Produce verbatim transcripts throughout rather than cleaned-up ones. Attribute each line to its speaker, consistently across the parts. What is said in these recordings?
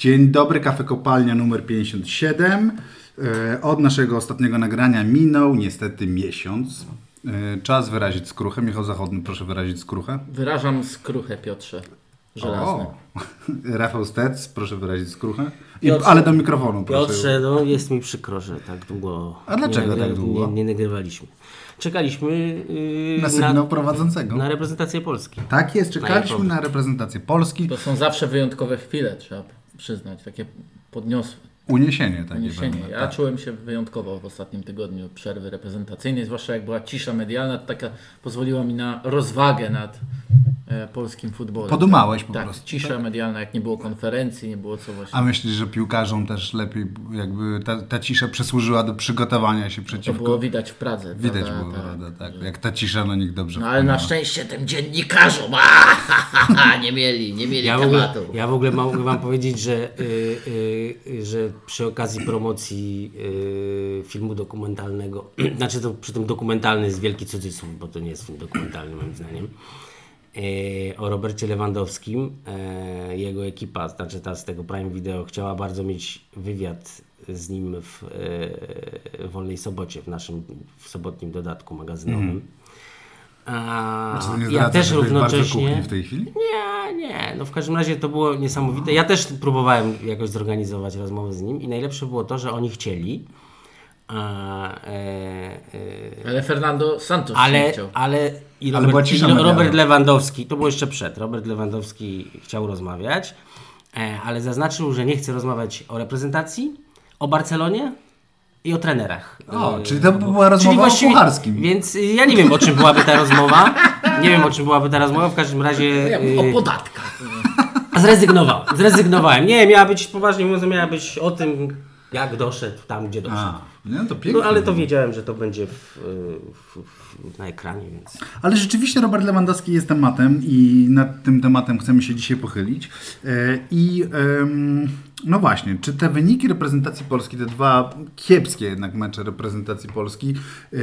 Speaker 1: Dzień dobry, Kafe Kopalnia numer pięćdziesiąt siedem. Od naszego ostatniego nagrania minął niestety miesiąc. Czas wyrazić skruchę. Michał Zachodny, proszę wyrazić skruchę.
Speaker 2: Wyrażam skruchę, Piotrze. Żelazny.
Speaker 1: O, Rafał Stec, proszę wyrazić skruchę. I, ale do mikrofonu, proszę.
Speaker 3: Piotrze, no jest mi przykro, że tak długo.
Speaker 1: A dlaczego
Speaker 3: nie,
Speaker 1: tak długo?
Speaker 3: Nie, nie nagrywaliśmy. Czekaliśmy yy,
Speaker 1: na sygnał na, prowadzącego.
Speaker 3: Na reprezentację Polski.
Speaker 1: Tak jest, czekaliśmy na, na reprezentację Polski.
Speaker 2: To są zawsze wyjątkowe chwile, trzeba przyznać, takie podniosłe.
Speaker 1: Uniesienie takie.
Speaker 2: Uniesienie. Ja
Speaker 1: tak.
Speaker 2: czułem się wyjątkowo w ostatnim tygodniu przerwy reprezentacyjnej, zwłaszcza jak była cisza medialna, to taka pozwoliła mi na rozwagę nad e, polskim futbolem.
Speaker 1: Podumałeś po
Speaker 2: tak,
Speaker 1: prostu.
Speaker 2: Cisza
Speaker 1: tak?
Speaker 2: medialna, jak nie było konferencji, nie było co właśnie.
Speaker 1: A myślisz, że piłkarzom też lepiej jakby ta, ta cisza przysłużyła do przygotowania się przeciwko...
Speaker 2: To było widać w Pradze.
Speaker 1: Widać
Speaker 2: prawda?
Speaker 1: było,
Speaker 2: tak,
Speaker 1: prawda, tak.
Speaker 2: że...
Speaker 1: Jak ta cisza na nich dobrze
Speaker 2: No ale
Speaker 1: wpłynęła.
Speaker 2: na szczęście tym dziennikarzom a, nie mieli, nie mieli
Speaker 3: ja
Speaker 2: tematu.
Speaker 3: W ogóle, ja w ogóle mogę wam powiedzieć, że, yy, yy, że przy okazji promocji yy, filmu dokumentalnego, znaczy to przy tym dokumentalny jest wielki cudzysłów, bo to nie jest film dokumentalny moim zdaniem, yy, o Robercie Lewandowskim, yy, jego ekipa, znaczy ta z tego Prime Video chciała bardzo mieć wywiad z nim w yy, Wolnej Sobocie, w naszym w sobotnim dodatku magazynowym. Mm. A,
Speaker 1: znaczy, to nie
Speaker 3: ja też
Speaker 1: równocześnie w tej chwili?
Speaker 3: Nie, nie, no w każdym razie to było niesamowite. Ja też próbowałem jakoś zorganizować rozmowę z nim i najlepsze było to, że oni chcieli. A, e, e,
Speaker 2: ale Fernando Santos
Speaker 3: ale,
Speaker 2: nie chciał.
Speaker 3: Ale i
Speaker 1: ale
Speaker 3: Robert, i Robert Lewandowski, to było jeszcze przed, Robert Lewandowski chciał rozmawiać, e, ale zaznaczył, że nie chce rozmawiać o reprezentacji, o Barcelonie i o trenerach.
Speaker 1: O, czyli to była rozmowa o kucharskim.
Speaker 3: Więc ja nie wiem, o czym byłaby ta rozmowa. Nie wiem, o czym byłaby ta rozmowa. W każdym razie...
Speaker 2: O podatkach.
Speaker 3: Zrezygnowałem. Zrezygnowałem. Nie, miała być, poważnie mówiąc, miała być o tym, jak doszedł tam, gdzie doszedł.
Speaker 1: A, nie, to pięknie.
Speaker 3: No ale to wiedziałem, że to będzie w, w, w, na ekranie, więc...
Speaker 1: Ale rzeczywiście Robert Lewandowski jest tematem i nad tym tematem chcemy się dzisiaj pochylić. I no właśnie, czy te wyniki reprezentacji Polski, te dwa kiepskie jednak mecze reprezentacji Polski,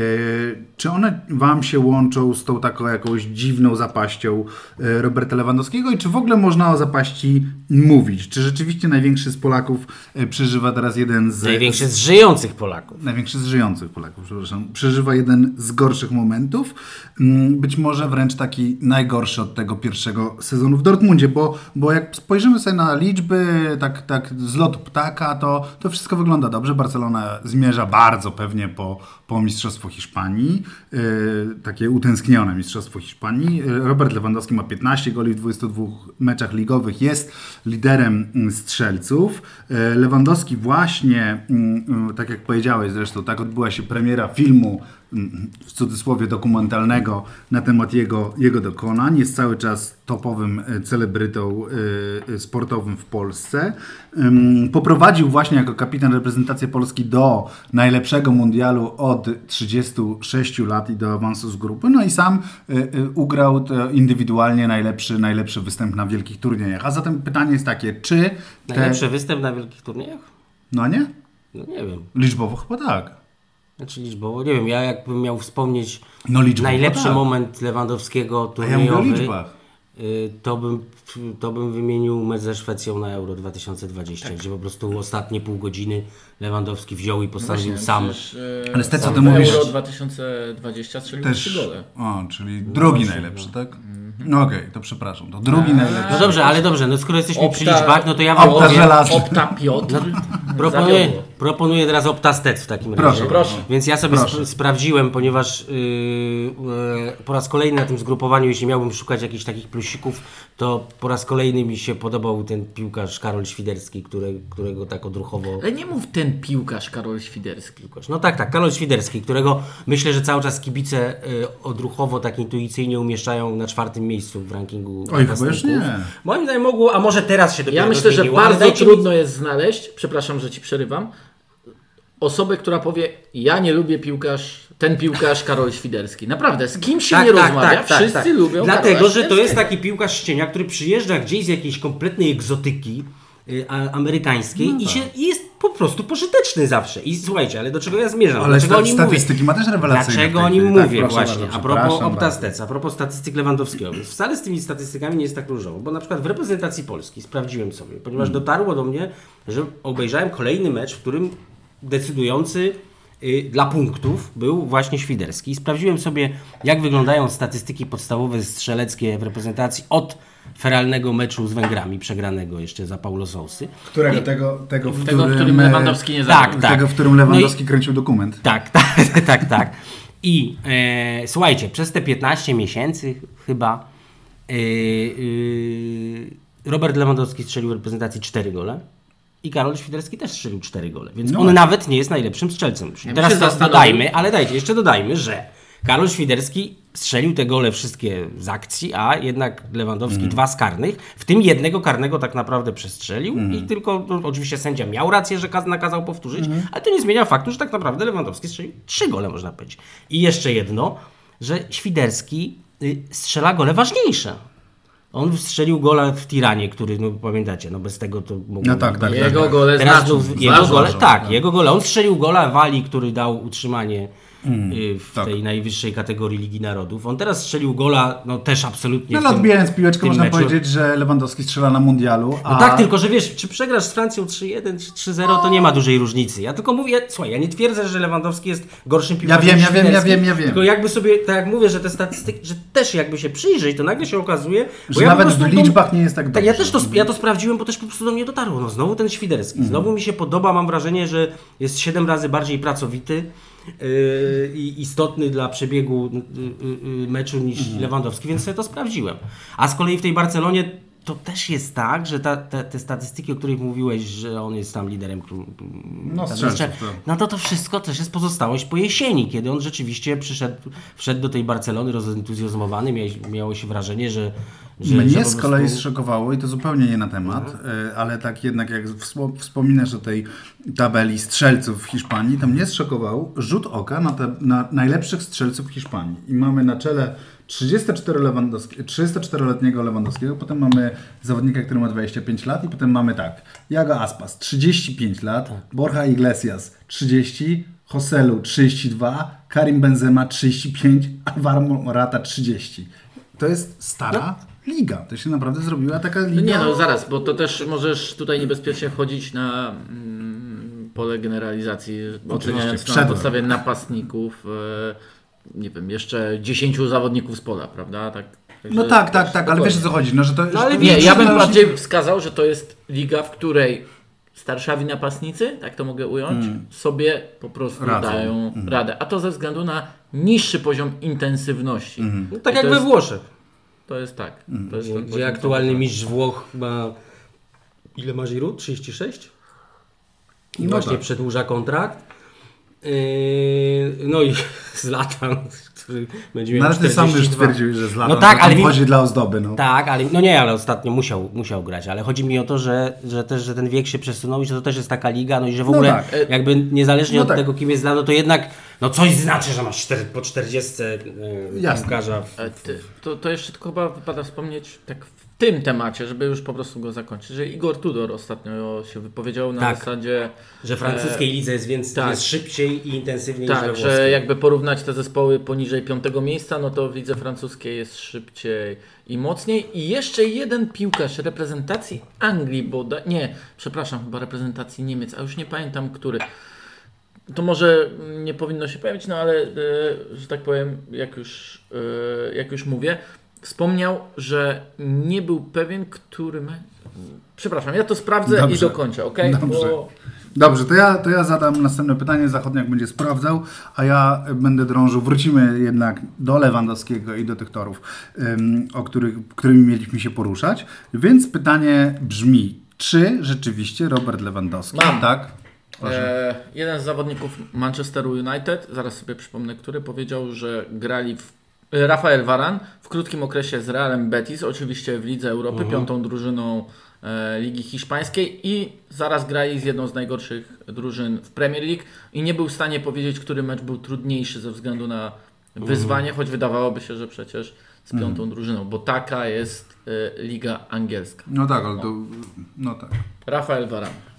Speaker 1: czy one wam się łączą z tą taką jakąś dziwną zapaścią Roberta Lewandowskiego i czy w ogóle można o zapaści mówić? Czy rzeczywiście największy z Polaków przeżywa teraz jeden z...
Speaker 3: Największy z żyjących Polaków.
Speaker 1: Największy z żyjących Polaków, przepraszam. Przeżywa jeden z gorszych momentów. Być może wręcz taki najgorszy od tego pierwszego sezonu w Dortmundzie, bo, bo jak spojrzymy sobie na liczby, tak, tak z lotu ptaka, to, to wszystko wygląda dobrze. Barcelona zmierza bardzo pewnie po, po Mistrzostwo Hiszpanii. Yy, takie utęsknione Mistrzostwo Hiszpanii. Robert Lewandowski ma piętnaście goli w dwudziestu dwóch meczach ligowych. Jest liderem strzelców. Yy, Lewandowski właśnie, yy, tak jak powiedziałeś zresztą, tak odbyła się premiera filmu w cudzysłowie dokumentalnego na temat jego, jego dokonań. Jest cały czas topowym celebrytą y, sportowym w Polsce. Ym, poprowadził właśnie jako kapitan reprezentację Polski do najlepszego mundialu od trzydziestu sześciu lat i do awansu z grupy. No i sam y, y, ugrał indywidualnie najlepszy, najlepszy występ na wielkich turniejach. A zatem pytanie jest takie, czy... Te...
Speaker 3: Najlepszy występ na wielkich turniejach?
Speaker 1: No nie?
Speaker 3: No nie wiem.
Speaker 1: Liczbowo chyba tak.
Speaker 3: Znaczy liczbowo, nie wiem, ja jakbym miał wspomnieć
Speaker 1: no
Speaker 3: najlepszy
Speaker 1: tak.
Speaker 3: moment Lewandowskiego turniejowy,
Speaker 1: ja mówię o liczbach.
Speaker 3: To bym, to bym wymienił mecz ze Szwecją na Euro dwa tysiące dwudziestym, tak. Gdzie po prostu ostatnie pół godziny Lewandowski wziął i postanowił
Speaker 2: no
Speaker 3: sam.
Speaker 2: Przecież, yy,
Speaker 1: ale z tego, co
Speaker 2: ty
Speaker 1: mówisz...
Speaker 2: Euro dwa tysiące dwudziestym strzelił
Speaker 1: też,
Speaker 2: trzy gole.
Speaker 1: O, czyli drugi no, najlepszy, no. tak? No okej, okay, to przepraszam. To drugi najlepszy.
Speaker 3: No dobrze, ale dobrze, no skoro jesteśmy
Speaker 2: Opta,
Speaker 3: przy liczbach, no to ja wam
Speaker 1: Opta
Speaker 3: powiem...
Speaker 1: żelazny.
Speaker 2: Opta Piotr. No,
Speaker 3: proponuję, proponuję teraz Opta Stec w takim
Speaker 1: proszę,
Speaker 3: razie.
Speaker 2: Proszę.
Speaker 3: Więc ja sobie
Speaker 1: proszę.
Speaker 3: Sp- sprawdziłem, ponieważ yy, yy, po raz kolejny na tym zgrupowaniu, jeśli miałbym szukać jakichś takich plusików, to po raz kolejny mi się podobał ten piłkarz Karol Świderski, który, którego tak odruchowo...
Speaker 2: Ale nie mów ten piłkarz Karol Świderski.
Speaker 3: No tak, tak, Karol Świderski, którego myślę, że cały czas kibice y, odruchowo, tak intuicyjnie umieszczają na czwartym miejscu w rankingu.
Speaker 1: Oj, chyba już nie.
Speaker 3: Moim zdaniem mogło, a może teraz się dopiero
Speaker 2: Ja myślę, że bardzo trudno
Speaker 3: mi...
Speaker 2: jest znaleźć, przepraszam, że ci przerywam, osobę, która powie, ja nie lubię piłkarz, ten piłkarz Karol Świderski. Naprawdę, z kim się
Speaker 3: tak,
Speaker 2: nie
Speaker 3: tak,
Speaker 2: rozmawia,
Speaker 3: tak,
Speaker 2: wszyscy
Speaker 3: tak, tak.
Speaker 2: lubią
Speaker 3: Dlatego,
Speaker 2: Karola
Speaker 3: że to jest taki piłkarz ścienia, który przyjeżdża gdzieś z jakiejś kompletnej egzotyki y, a, amerykańskiej no i,
Speaker 1: tak.
Speaker 3: się, i jest po, prostu pożyteczny zawsze. I słuchajcie, ale do czego ja zmierzam?
Speaker 1: Ale
Speaker 3: Dlaczego
Speaker 1: sta-
Speaker 3: oni
Speaker 1: statystyki
Speaker 3: mówię?
Speaker 1: ma też rewelacyjne.
Speaker 3: Dlaczego
Speaker 1: w
Speaker 3: o
Speaker 1: tej
Speaker 3: nim
Speaker 1: chwili. Tak,
Speaker 3: mówię
Speaker 1: proszę
Speaker 3: właśnie?
Speaker 1: bardzo,
Speaker 3: A propos
Speaker 1: przepraszam
Speaker 3: Optastec, a propos statystyk Lewandowskiego. Więc wcale z tymi statystykami nie jest tak różowo, bo na przykład w reprezentacji Polski sprawdziłem sobie, ponieważ
Speaker 1: Hmm.
Speaker 3: dotarło do mnie, że obejrzałem kolejny mecz, w którym decydujący y, dla punktów był właśnie Świderski. I sprawdziłem sobie, jak wyglądają statystyki podstawowe strzeleckie w reprezentacji od feralnego meczu z Węgrami, przegranego jeszcze za Paulo Sousy.
Speaker 1: Którego? Tego, tego, w
Speaker 2: Tego, w którym
Speaker 1: e,
Speaker 2: Lewandowski nie zagrał.
Speaker 3: Tak, tak.
Speaker 1: Tego, w którym Lewandowski
Speaker 3: No i-
Speaker 1: kręcił dokument.
Speaker 3: Tak, tak, tak, tak. I e, słuchajcie, przez te piętnaście miesięcy chyba e, e, Robert Lewandowski strzelił w reprezentacji cztery gole i Karol Świderski też strzelił cztery gole, więc
Speaker 1: No
Speaker 3: on
Speaker 1: właśnie.
Speaker 3: nawet nie jest najlepszym strzelcem.
Speaker 2: Ja
Speaker 3: Teraz
Speaker 2: bym się
Speaker 3: to
Speaker 2: zastanowił-
Speaker 3: dodajmy, ale dajcie, jeszcze dodajmy, że Karol Świderski strzelił te gole wszystkie z akcji, a jednak Lewandowski dwa z karnych, w tym jednego karnego tak naprawdę przestrzelił i tylko, no, oczywiście sędzia miał rację, że kaz- nakazał powtórzyć, ale to nie zmienia faktu, że tak naprawdę Lewandowski strzelił trzy gole, można powiedzieć. I jeszcze jedno, że Świderski y, strzela gole ważniejsze. On strzelił gola w Tiranie, który, no pamiętacie, no bez tego to mogło...
Speaker 1: No tak, tak.
Speaker 2: Jego gole
Speaker 3: Teraz
Speaker 2: znaczą.
Speaker 3: znów jego
Speaker 2: Znaczą.
Speaker 3: gole, tak, jego gole. On strzelił gola Walii, który dał utrzymanie y, w
Speaker 1: tak.
Speaker 3: tej najwyższej kategorii Ligi Narodów. On teraz strzelił gola, no też absolutnie
Speaker 1: No
Speaker 3: w
Speaker 1: ale
Speaker 3: tym,
Speaker 1: odbijając
Speaker 3: w
Speaker 1: piłeczkę,
Speaker 3: tym
Speaker 1: można
Speaker 3: meczu.
Speaker 1: powiedzieć, że Lewandowski strzela na mundialu. A...
Speaker 3: No tak, tylko że wiesz, czy przegrasz z Francją trzy jeden czy trzy zero, to nie ma dużej różnicy. Ja tylko mówię, słuchaj, ja nie twierdzę, że Lewandowski jest gorszym piłkarzem
Speaker 1: wiem,
Speaker 3: niż
Speaker 1: ja wiem, ja
Speaker 3: Świderski,
Speaker 1: wiem, ja wiem.
Speaker 3: Tylko jakby sobie, tak jak mówię, że te statystyki, że też jakby się przyjrzeć, to nagle się okazuje, bo
Speaker 1: Że
Speaker 3: ja po
Speaker 1: nawet
Speaker 3: prostu
Speaker 1: w liczbach nie jest tak
Speaker 3: Tak,
Speaker 1: dobrze.
Speaker 3: ja też to, ja to sprawdziłem, bo też po prostu do mnie dotarło. No znowu ten Świderski. Znowu mi się podoba, mam wrażenie, że jest siedem razy bardziej pracowity yy, i istotny dla przebiegu yy, yy, meczu niż Lewandowski, więc sobie to sprawdziłem. A z kolei w tej Barcelonie to też jest tak, że ta, te, te statystyki, o których mówiłeś, że on jest tam liderem król-
Speaker 1: No,
Speaker 3: tam
Speaker 1: strzelców,
Speaker 3: jeszcze-
Speaker 1: tak.
Speaker 3: no to to wszystko też jest pozostałość po jesieni, kiedy on rzeczywiście przyszedł, wszedł do tej Barcelony rozentuzjazmowany, miał, miało się wrażenie, że, że
Speaker 1: Mnie
Speaker 3: że po
Speaker 1: z kolei
Speaker 3: prostu-
Speaker 1: zszokowało i to zupełnie nie na temat, e, ale tak jednak jak wspo- wspominasz o tej tabeli strzelców w Hiszpanii, to mnie zszokował rzut oka na, te, na najlepszych strzelców w Hiszpanii. I mamy na czele trzydziestoczteroletniego Lewandowskiego, potem mamy zawodnika, który ma dwadzieścia pięć lat i potem mamy tak, Iago Aspas trzydzieści pięć lat, Borja Iglesias trzydzieści, Joselu trzydzieści dwa, Karim Benzema trzydzieści pięć, Alvaro Morata trzydzieści. To jest stara liga. To się naprawdę zrobiła taka
Speaker 2: No
Speaker 1: liga.
Speaker 2: nie no, zaraz, bo to też możesz tutaj niebezpiecznie wchodzić na mm, pole generalizacji, oceniając na
Speaker 1: wszedłem.
Speaker 2: podstawie napastników, e, nie wiem, jeszcze dziesięciu zawodników z pola, prawda? Tak, także
Speaker 1: No tak, tak,
Speaker 2: też
Speaker 1: tak, ale wiesz o co chodzi. No, że to,
Speaker 3: No ale
Speaker 1: że to
Speaker 2: Nie,
Speaker 1: jest
Speaker 2: ja bym
Speaker 1: przynależność-
Speaker 2: bardziej wskazał, że to jest liga, w której starszawi napastnicy, tak to mogę ująć, sobie po prostu
Speaker 1: Radzą.
Speaker 2: dają radę. A to ze względu na niższy poziom intensywności.
Speaker 3: No, tak
Speaker 2: I
Speaker 3: jak
Speaker 2: to
Speaker 3: we
Speaker 2: jest,
Speaker 3: Włoszech.
Speaker 2: To jest tak. To jest ten
Speaker 3: Gdzie
Speaker 2: poziom
Speaker 3: aktualny mistrz Włoch ma... Ile ma Giroud? trzydzieści sześć? I
Speaker 1: No
Speaker 3: właśnie
Speaker 1: tak.
Speaker 3: przedłuża kontrakt. Yy, no i Zlatan, który będzie miał
Speaker 1: No ale ty sam już
Speaker 3: czterdzieści dwa.
Speaker 1: stwierdziłeś, że Zlatan
Speaker 3: No tak,
Speaker 1: to
Speaker 3: ale
Speaker 1: tam
Speaker 3: wiem-
Speaker 1: chodzi dla ozdoby. No.
Speaker 3: Tak, ale no nie, ale ostatnio musiał, musiał grać, ale chodzi mi o to, że, że też że ten wiek się przesunął i że to też jest taka liga, no i że w
Speaker 1: No
Speaker 3: ogóle
Speaker 1: tak.
Speaker 3: jakby niezależnie
Speaker 1: No
Speaker 3: od
Speaker 1: tak.
Speaker 3: tego, kim jest Zlatan, to jednak no coś znaczy, że masz cztery, po czterdzieści yy,
Speaker 1: Jasne.
Speaker 3: piłkarza w,
Speaker 2: E, Ty, to, to jeszcze tylko chyba wypada wspomnieć tak w tym temacie, żeby już po prostu go zakończyć, że Igor Tudor ostatnio się wypowiedział na
Speaker 3: Tak.
Speaker 2: zasadzie,
Speaker 3: że francuskiej lidze jest więc
Speaker 2: tak.
Speaker 3: jest szybciej i intensywniej niż we
Speaker 2: tak,
Speaker 3: włoskiej.
Speaker 2: że jakby porównać te zespoły poniżej piątego miejsca, no to w lidze francuskiej jest szybciej i mocniej. I jeszcze jeden piłkarz reprezentacji Anglii, bo nie, przepraszam, chyba reprezentacji Niemiec, a już nie pamiętam który. To może nie powinno się pojawić, no ale, e, że tak powiem, jak już, e, jak już mówię, wspomniał, że nie był pewien, który me... Przepraszam, ja to sprawdzę
Speaker 1: Dobrze.
Speaker 2: i dokończę, okej?
Speaker 1: Dobrze.
Speaker 2: Bo...
Speaker 1: Dobrze, to ja, to ja zadam następne pytanie, Zachodniak będzie sprawdzał, a ja będę drążył. Wrócimy jednak do Lewandowskiego i do tych torów, ym, o których, którymi mieliśmy się poruszać. Więc pytanie brzmi, czy rzeczywiście Robert Lewandowski,
Speaker 2: Mam.
Speaker 1: tak?
Speaker 2: E, jeden z zawodników Manchesteru United, zaraz sobie przypomnę, który powiedział, że grali w e, Rafael Varane w krótkim okresie z Realem Betis, oczywiście w Lidze Europy, piątą drużyną e, Ligi Hiszpańskiej i zaraz grali z jedną z najgorszych drużyn w Premier League i nie był w stanie powiedzieć, który mecz był trudniejszy ze względu na wyzwanie, choć wydawałoby się, że przecież z piątą drużyną, bo taka jest e, Liga Angielska.
Speaker 1: No tak, ale to, no tak.
Speaker 2: Rafael Varane.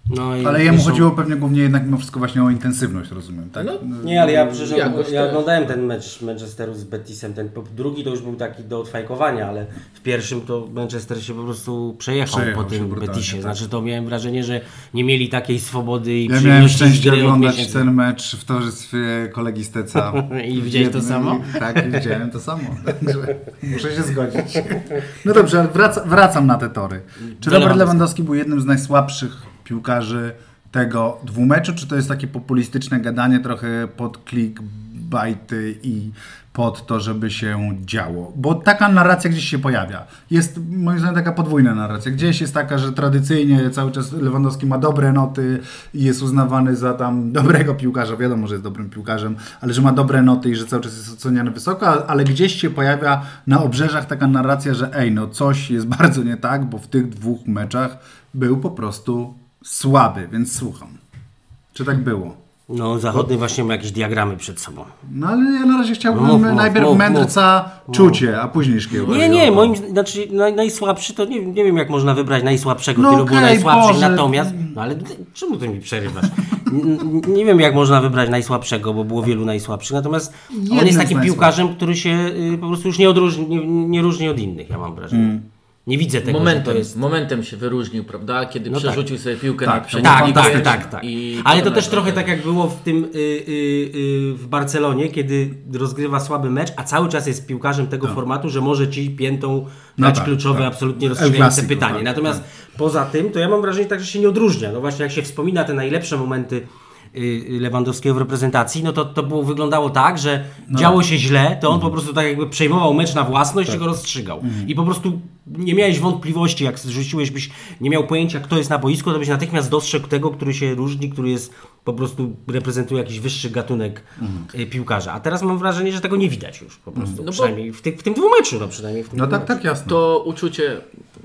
Speaker 3: No i
Speaker 1: Ale jemu
Speaker 3: zresztą-
Speaker 1: chodziło pewnie głównie jednak mimo wszystko właśnie o intensywność, rozumiem, tak?
Speaker 2: No,
Speaker 3: Nie, ale ja przecież
Speaker 2: Jakoś
Speaker 3: ja
Speaker 2: też.
Speaker 3: oglądałem ten mecz Manchesteru z Betisem, ten po- drugi to już był taki do odfajkowania, ale w pierwszym to Manchester się po prostu przejechał,
Speaker 1: Przejechał
Speaker 3: po
Speaker 1: się
Speaker 3: tym
Speaker 1: brutalnie,
Speaker 3: Betisie.
Speaker 1: tak.
Speaker 3: Znaczy to miałem wrażenie, że nie mieli takiej swobody i
Speaker 1: Ja miałem
Speaker 3: przyjemności z
Speaker 1: szczęście
Speaker 3: gry od
Speaker 1: oglądać
Speaker 3: miesięcy.
Speaker 1: ten mecz w towarzystwie kolegi Steca.
Speaker 3: I widziałeś to samo?
Speaker 1: Tak, widziałem to samo. Także muszę się zgodzić. No dobrze, ale wraca, wracam na te tory. Czy
Speaker 3: Do
Speaker 1: Robert
Speaker 3: Lewandowski.
Speaker 1: Lewandowski był jednym z najsłabszych piłkarzy tego dwumeczu, czy to jest takie populistyczne gadanie trochę pod clickbaity i pod to, żeby się działo? Bo taka narracja gdzieś się pojawia. Jest moim zdaniem taka podwójna narracja. Gdzieś jest taka, że tradycyjnie cały czas Lewandowski ma dobre noty i jest uznawany za tam dobrego piłkarza. Wiadomo, że jest dobrym piłkarzem, ale że ma dobre noty i że cały czas jest oceniany wysoko, ale gdzieś się pojawia na obrzeżach taka narracja, że ej, no coś jest bardzo nie tak, bo w tych dwóch meczach był po prostu słaby, więc słucham. Czy tak było?
Speaker 3: No zachodny właśnie ma jakieś diagramy przed sobą.
Speaker 1: No ale ja na razie chciałbym
Speaker 3: Mów, mów,
Speaker 1: najpierw
Speaker 3: mów,
Speaker 1: mędrca czucie, a później szkieł.
Speaker 3: Nie, nie, moim znaczy naj, najsłabszy to nie, nie wiem jak można wybrać najsłabszego,
Speaker 1: No
Speaker 3: tylu było
Speaker 1: okej,
Speaker 3: najsłabszych,
Speaker 1: Boże.
Speaker 3: natomiast, no ale czemu ty mi przerywasz? N- nie wiem jak można wybrać najsłabszego, bo było wielu najsłabszych, natomiast on
Speaker 1: Jednym
Speaker 3: jest
Speaker 1: z
Speaker 3: takim
Speaker 1: najsłabszych.
Speaker 3: piłkarzem, który się y, po prostu już nie odróżni, nie, nie różni od innych, ja mam wrażenie.
Speaker 1: Mm.
Speaker 3: Nie widzę tego, że
Speaker 2: Momentem,
Speaker 3: to jest...
Speaker 2: momentem się wyróżnił, prawda? Kiedy
Speaker 3: No
Speaker 2: przerzucił
Speaker 3: tak.
Speaker 2: sobie piłkę
Speaker 1: Tak,
Speaker 2: na
Speaker 1: tak,
Speaker 2: przeciwnika.
Speaker 3: Tak, tak, tak, tak.
Speaker 2: i
Speaker 3: Ale to
Speaker 2: potem
Speaker 3: też
Speaker 2: na-
Speaker 3: trochę tak jak było w tym y, y, y, w Barcelonie, kiedy rozgrywa słaby mecz, a cały czas jest piłkarzem tego formatu, że może ci piętą
Speaker 1: No
Speaker 3: dać
Speaker 1: tak,
Speaker 3: kluczowe,
Speaker 1: tak.
Speaker 3: absolutnie
Speaker 1: El
Speaker 3: rozstrzygające
Speaker 1: Clasico,
Speaker 3: pytanie.
Speaker 1: tak,
Speaker 3: Natomiast poza tym, to ja mam wrażenie tak, że się nie odróżnia. No właśnie jak się wspomina te najlepsze momenty y, y, Lewandowskiego w reprezentacji, no to to było, wyglądało tak, że działo się źle, to on po prostu tak jakby przejmował mecz na własność i go rozstrzygał. I po prostu nie miałeś wątpliwości, jak zrzuciłeś, byś nie miał pojęcia, kto jest na boisku, to byś natychmiast dostrzegł tego, który się różni, który jest po prostu reprezentuje jakiś wyższy gatunek y, piłkarza. A teraz mam wrażenie, że tego nie widać już po prostu.
Speaker 2: No bo-
Speaker 3: przynajmniej w, ty, w tym dwumeczu, no przynajmniej w tym
Speaker 1: No tak,
Speaker 3: dwumeczu.
Speaker 1: tak, jasne.
Speaker 2: To uczucie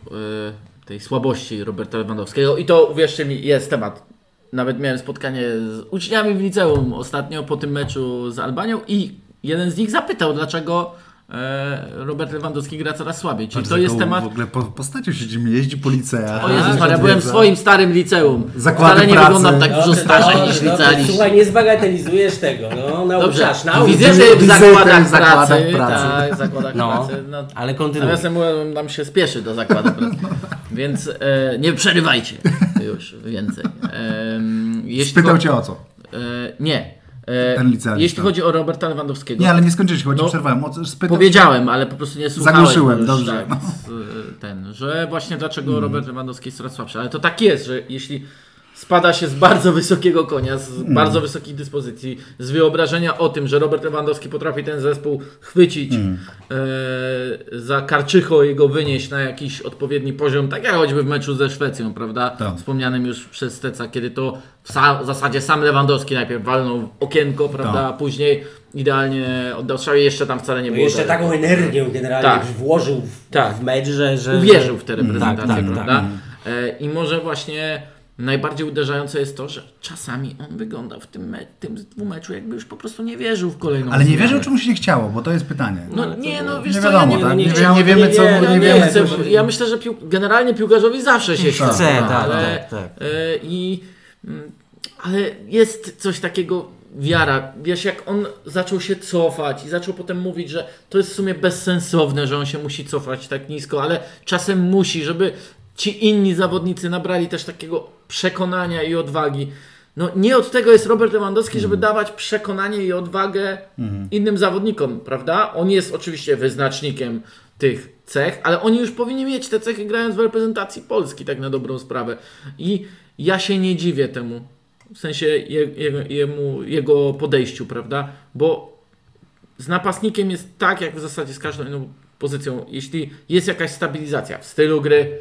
Speaker 2: y, tej słabości Roberta Lewandowskiego i to uwierzcie mi jest temat. Nawet miałem spotkanie z uczniami w liceum ostatnio po tym meczu z Albanią i jeden z nich zapytał, dlaczego e, Robert Lewandowski gra coraz słabiej. Czyli to jest temat...
Speaker 1: W ogóle po, postacią siedzimy, jeździ po liceach.
Speaker 2: O Jezus
Speaker 1: A,
Speaker 2: Maria,
Speaker 1: że
Speaker 2: byłem w
Speaker 1: wiedza.
Speaker 2: swoim starym liceum.
Speaker 1: Zakłady
Speaker 2: Wcale nie
Speaker 1: pracy.
Speaker 2: wyglądam tak dużo starzej niż licealiści.
Speaker 3: Słuchaj, nie zbagatelizujesz tego, no
Speaker 2: Dobrze,
Speaker 3: nauczasz, naucz.
Speaker 2: widzę, że w
Speaker 1: Wizyty w
Speaker 2: zakładach
Speaker 1: zakładach
Speaker 2: pracy,
Speaker 1: pracy.
Speaker 2: tak, w zakładach
Speaker 3: No,
Speaker 2: pracy, no.
Speaker 3: ale kontynuuj.
Speaker 2: Nawiasem mówiąc, nam się spieszy do zakładu pracy. Więc e, nie przerywajcie już więcej. E, jeśli
Speaker 1: Spytał
Speaker 2: cho-
Speaker 1: cię o co?
Speaker 2: E, nie. E,
Speaker 1: Ten licealista.
Speaker 2: jeśli chodzi o Roberta Lewandowskiego.
Speaker 1: Nie, ale nie skończyłeś, chyba cię
Speaker 2: No,
Speaker 1: przerwałem. O co- spytał
Speaker 2: Powiedziałem, ale po prostu nie słuchałem.
Speaker 1: Zagłuszyłem,
Speaker 2: już,
Speaker 1: dobrze.
Speaker 2: Tak, z, e, ten, że właśnie dlaczego Robert Lewandowski jest coraz słabszy. Ale to tak jest, że jeśli spada się z bardzo wysokiego konia, z
Speaker 1: Mm.
Speaker 2: bardzo wysokich dyspozycji, z wyobrażenia o tym, że Robert Lewandowski potrafi ten zespół chwycić
Speaker 1: Mm.
Speaker 2: e, za karczycho i go wynieść na jakiś odpowiedni poziom, tak jak choćby w meczu ze Szwecją, prawda?
Speaker 1: Tak.
Speaker 2: Wspomnianym już przez Steca, kiedy to w, sa- w zasadzie sam Lewandowski najpierw walnął w okienko, prawda?
Speaker 1: Tak.
Speaker 2: A później idealnie oddał strzał i jeszcze tam wcale nie
Speaker 3: No
Speaker 2: było.
Speaker 3: jeszcze
Speaker 2: daleko.
Speaker 3: taką energię generalnie
Speaker 2: Tak.
Speaker 3: włożył w,
Speaker 2: Tak.
Speaker 3: w mecz, że... że
Speaker 2: Uwierzył w tę
Speaker 3: Tak,
Speaker 2: reprezentację,
Speaker 3: tak,
Speaker 2: prawda?
Speaker 3: tak.
Speaker 2: E, I może właśnie najbardziej uderzające jest to, że czasami on wyglądał w tym, me- tym dwumeczu, jakby już po prostu nie wierzył w kolejną
Speaker 1: Ale nie
Speaker 2: zmianę.
Speaker 1: wierzył, czy mu się nie chciało, bo to jest pytanie.
Speaker 2: No nie, no wiesz
Speaker 1: Nie
Speaker 2: co,
Speaker 1: wiadomo,
Speaker 2: ja nie,
Speaker 1: tak?
Speaker 2: nie,
Speaker 1: Nie,
Speaker 2: nie,
Speaker 1: wie- nie wiemy, co...
Speaker 3: nie,
Speaker 2: ja
Speaker 1: Nie
Speaker 2: nie
Speaker 1: wiemy,
Speaker 2: chcę,
Speaker 1: co...
Speaker 2: ja myślę, że pił, generalnie piłkarzowi zawsze się chce.
Speaker 3: Chce, tak,
Speaker 2: ale,
Speaker 3: tak, tak.
Speaker 2: e, i, mm, ale jest coś takiego, wiara. Wiesz, jak on zaczął się cofać i zaczął potem mówić, że to jest w sumie bezsensowne, że on się musi cofać tak nisko, ale czasem musi, żeby ci inni zawodnicy nabrali też takiego przekonania i odwagi. No nie od tego jest Robert Lewandowski, żeby dawać przekonanie i odwagę innym zawodnikom, prawda? On jest oczywiście wyznacznikiem tych cech, ale oni już powinni mieć te cechy grając w reprezentacji Polski, tak na dobrą sprawę. I ja się nie dziwię temu, w sensie je, je, jemu, jego podejściu, prawda? Bo z napastnikiem jest tak, jak w zasadzie z każdą inną pozycją. Jeśli jest jakaś stabilizacja w stylu gry,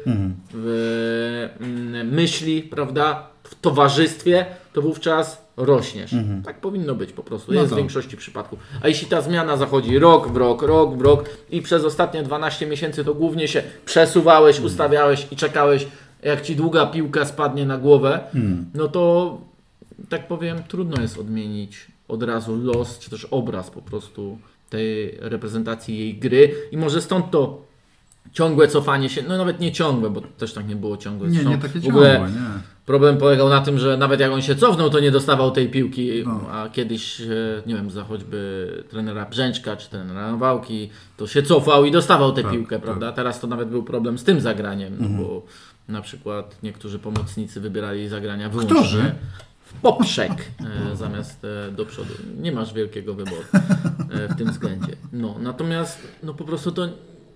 Speaker 2: w mm, myśli, prawda, w towarzystwie, to wówczas rośniesz. Tak powinno być po prostu.
Speaker 1: No
Speaker 2: Jest
Speaker 1: to.
Speaker 2: w większości przypadków. A jeśli ta zmiana zachodzi rok w rok, rok w rok i przez ostatnie dwanaście miesięcy to głównie się przesuwałeś, ustawiałeś i czekałeś, jak ci długa piłka spadnie na głowę, no to tak powiem, trudno jest odmienić od razu los, czy też obraz po prostu tej reprezentacji jej gry i może stąd to ciągłe cofanie się, no nawet nie ciągłe, bo też tak nie było ciągłe.
Speaker 1: Nie,
Speaker 2: Zresztą
Speaker 1: nie takie
Speaker 2: w ogóle
Speaker 1: ciągłe, nie.
Speaker 2: Problem polegał na tym, że nawet jak on się cofnął, to nie dostawał tej piłki,
Speaker 1: No.
Speaker 2: a kiedyś, e, nie wiem, za choćby trenera Brzęczka czy trenera Nawałki, to się cofał i dostawał tę
Speaker 1: Tak,
Speaker 2: piłkę,
Speaker 1: tak.
Speaker 2: prawda? Teraz to nawet był problem z tym zagraniem, no
Speaker 1: Mhm.
Speaker 2: bo na przykład niektórzy pomocnicy wybierali zagrania wyłącznie
Speaker 1: Którzy?
Speaker 2: w poprzek e, zamiast e, do przodu. Nie masz wielkiego wyboru e, w tym względzie. No, natomiast no po prostu to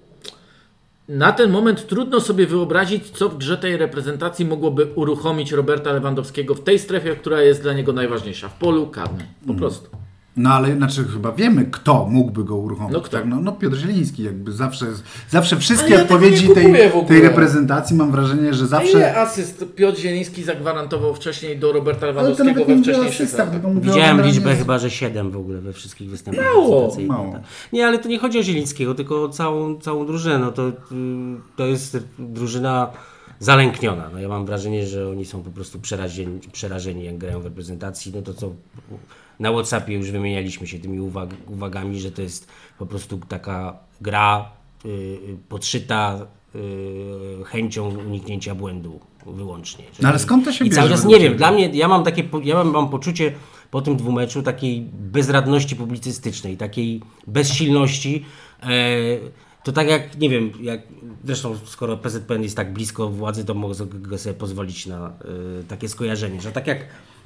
Speaker 2: na ten moment trudno sobie wyobrazić, co w grze tej reprezentacji mogłoby uruchomić Roberta Lewandowskiego w tej strefie, która jest dla niego najważniejsza, w polu karnym. Po prostu.
Speaker 1: No ale znaczy chyba wiemy, kto mógłby go uruchomić.
Speaker 2: No kto?
Speaker 1: Tak? No, no Piotr Zieliński jakby zawsze, zawsze
Speaker 2: Ale
Speaker 1: wszystkie
Speaker 2: ja tego
Speaker 1: odpowiedzi
Speaker 2: nie
Speaker 1: tej,
Speaker 2: kupuję w ogóle.
Speaker 1: tej reprezentacji mam wrażenie, że
Speaker 2: A
Speaker 1: zawsze...
Speaker 2: ile asyst Piotr Zieliński zagwarantował wcześniej do Roberta
Speaker 1: Ale to
Speaker 2: Lewandowskiego
Speaker 1: nawet
Speaker 2: we
Speaker 1: nie mówię o
Speaker 2: wcześniejszych
Speaker 1: asystach,
Speaker 2: latach?
Speaker 1: tylko mówię o
Speaker 3: Widziałem
Speaker 1: generalnie
Speaker 3: liczbę
Speaker 1: z-
Speaker 3: chyba, że siedem w ogóle we wszystkich występach
Speaker 2: Mało,
Speaker 3: reprezentacyjnych.
Speaker 1: mało.
Speaker 3: Tak. Nie, ale to nie chodzi o Zielińskiego, tylko o całą, całą drużynę. No to, y, to jest drużyna zalękniona. No ja mam wrażenie, że oni są po prostu przerażeni, przerażeni jak grają w reprezentacji. No to co na WhatsAppie już wymienialiśmy się tymi uwag, uwagami, że to jest po prostu taka gra y, y, podszyta y, chęcią uniknięcia błędu wyłącznie.
Speaker 1: No ale skąd to się
Speaker 3: I
Speaker 1: bierze
Speaker 3: cały czas
Speaker 1: według
Speaker 3: nie
Speaker 1: ciebie?
Speaker 3: wiem, dla mnie, ja mam takie, po- ja mam, mam poczucie po tym dwumeczu takiej bezradności publicystycznej, takiej bezsilności. E, to tak jak, nie wiem, jak zresztą skoro P Z P N jest tak blisko władzy, to mogę sobie pozwolić na e, takie skojarzenie, że tak jak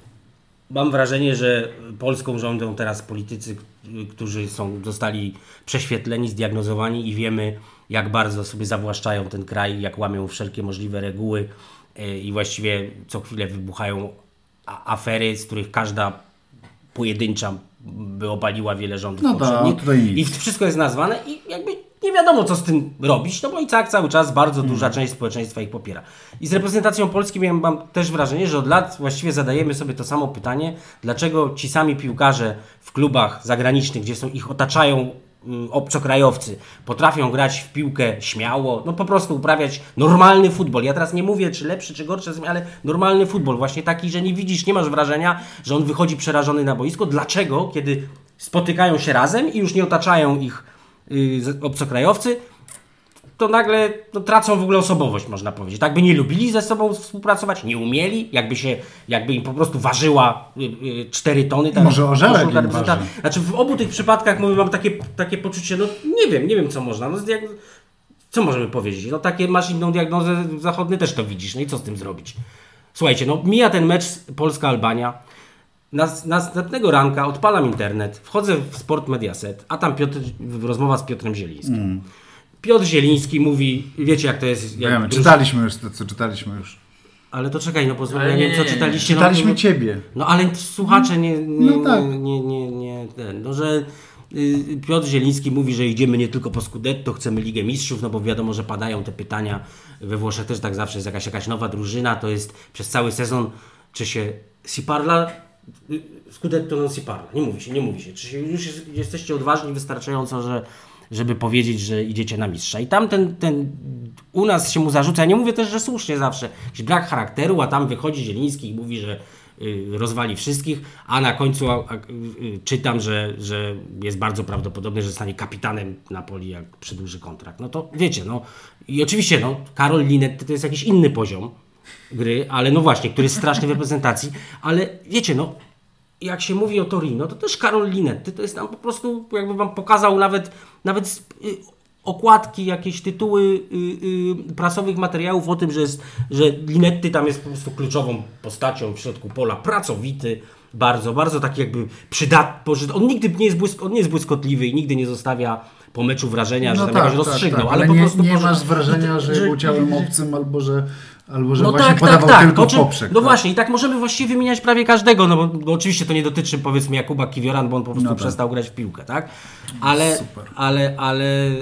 Speaker 3: mam wrażenie, że Polską rządzą teraz politycy, k- którzy są, zostali prześwietleni, zdiagnozowani i wiemy, jak bardzo sobie zawłaszczają ten kraj, jak łamią wszelkie możliwe reguły e, i właściwie co chwilę wybuchają a- afery, z których każda pojedyncza by obaliła wiele rządów
Speaker 1: No to
Speaker 3: poprzednich.
Speaker 1: tutaj nic.
Speaker 3: I wszystko jest nazwane i jakby nie wiadomo, co z tym robić, no bo i tak cały czas bardzo duża
Speaker 1: Hmm.
Speaker 3: część społeczeństwa ich popiera. I z reprezentacją Polski miałem, mam też wrażenie, że od lat właściwie zadajemy sobie to samo pytanie, dlaczego ci sami piłkarze w klubach zagranicznych, gdzie są ich otaczają y, obcokrajowcy, potrafią grać w piłkę śmiało, no po prostu uprawiać normalny futbol. Ja teraz nie mówię, czy lepszy, czy gorszy, ale normalny futbol, właśnie taki, że nie widzisz, nie masz wrażenia, że on wychodzi przerażony na boisko. Dlaczego, kiedy spotykają się razem i już nie otaczają ich y, z- obcokrajowcy, to nagle no, tracą w ogóle osobowość, można powiedzieć. Tak by nie lubili ze sobą współpracować, nie umieli, jakby się, jakby im po prostu ważyła y, y, cztery tony. Ta,
Speaker 1: Może orzełek
Speaker 3: koszulka
Speaker 1: im
Speaker 3: reprezenta-
Speaker 1: waży.
Speaker 3: Znaczy w obu tych przypadkach mówię, mam takie, takie poczucie, no nie wiem, nie wiem co można. No, jak, co możemy powiedzieć? No takie masz inną diagnozę, zachodny też to widzisz, no i co z tym zrobić? Słuchajcie, no mija ten mecz Polska-Albania. Nas, następnego ranka odpalam internet, wchodzę w Sport Mediaset, a tam Piotr, rozmowa z Piotrem Zielińskim.
Speaker 1: Mm.
Speaker 3: Piotr Zieliński mówi, wiecie jak to jest... Jak
Speaker 1: Wiemy,
Speaker 3: druż-
Speaker 1: czytaliśmy już to, co czytaliśmy już.
Speaker 3: Ale to czekaj, no pozwól,
Speaker 2: Ale
Speaker 3: ja
Speaker 2: nie,
Speaker 3: nie wiem co
Speaker 2: nie, nie, nie.
Speaker 3: czytaliście.
Speaker 1: Czytaliśmy
Speaker 3: no,
Speaker 1: ciebie.
Speaker 3: no ale słuchacze nie, nie,
Speaker 1: No tak.
Speaker 3: nie, nie, nie, nie ten, no że y, Piotr Zieliński mówi, że idziemy nie tylko po Scudetto, chcemy Ligę Mistrzów, no bo wiadomo, że padają te pytania, we Włoszech też tak zawsze jest jakaś, jakaś nowa drużyna, to jest przez cały sezon, czy się si parla, y, Scudetto non si parla, nie mówi się, nie mówi się, czy się, już jest, jesteście odważni wystarczająco, że żeby powiedzieć, że idziecie na mistrza. I tam ten, ten u nas się mu zarzuca, ja nie mówię też, że słusznie zawsze, jakiś brak charakteru, a tam wychodzi Zieliński i mówi, że y, rozwali wszystkich, a na końcu a, a, y, czytam, że, że jest bardzo prawdopodobne, że zostanie kapitanem Napoli, jak przedłuży kontrakt. No to wiecie, no i oczywiście, no Karol Linet to jest jakiś inny poziom gry, ale no właśnie, który jest straszny w reprezentacji, ale wiecie, no jak się mówi o Torino, to też Karol Linetty, to jest tam po prostu, jakby wam pokazał nawet, nawet z- y, okładki, jakieś tytuły y, y, prasowych materiałów o tym, że, jest, że Linetty tam jest po prostu kluczową postacią w środku pola, pracowity, bardzo, bardzo taki jakby przydatny, on nigdy nie jest, błysk- on nie jest błyskotliwy i nigdy nie zostawia po meczu wrażenia, że
Speaker 1: No
Speaker 3: tam
Speaker 1: tak,
Speaker 3: jakoś
Speaker 1: tak,
Speaker 3: rozstrzygnął,
Speaker 1: tak,
Speaker 3: ale,
Speaker 1: ale
Speaker 3: po
Speaker 1: nie,
Speaker 3: prostu...
Speaker 1: nie
Speaker 3: poszedł-
Speaker 1: masz wrażenia, że
Speaker 3: że-
Speaker 1: był ciałem obcym albo że, albo że
Speaker 3: no
Speaker 1: właśnie
Speaker 3: tak,
Speaker 1: podawał
Speaker 3: tak, tak.
Speaker 1: tylko
Speaker 3: O czym-
Speaker 1: poprzek.
Speaker 3: No
Speaker 1: tak?
Speaker 3: właśnie, i tak możemy właściwie wymieniać prawie każdego, no bo, bo oczywiście to nie dotyczy powiedzmy Jakuba Kiwioran, bo on po prostu
Speaker 1: No tak.
Speaker 3: przestał grać w piłkę, tak? Ale,
Speaker 1: Super.
Speaker 3: ale, ale,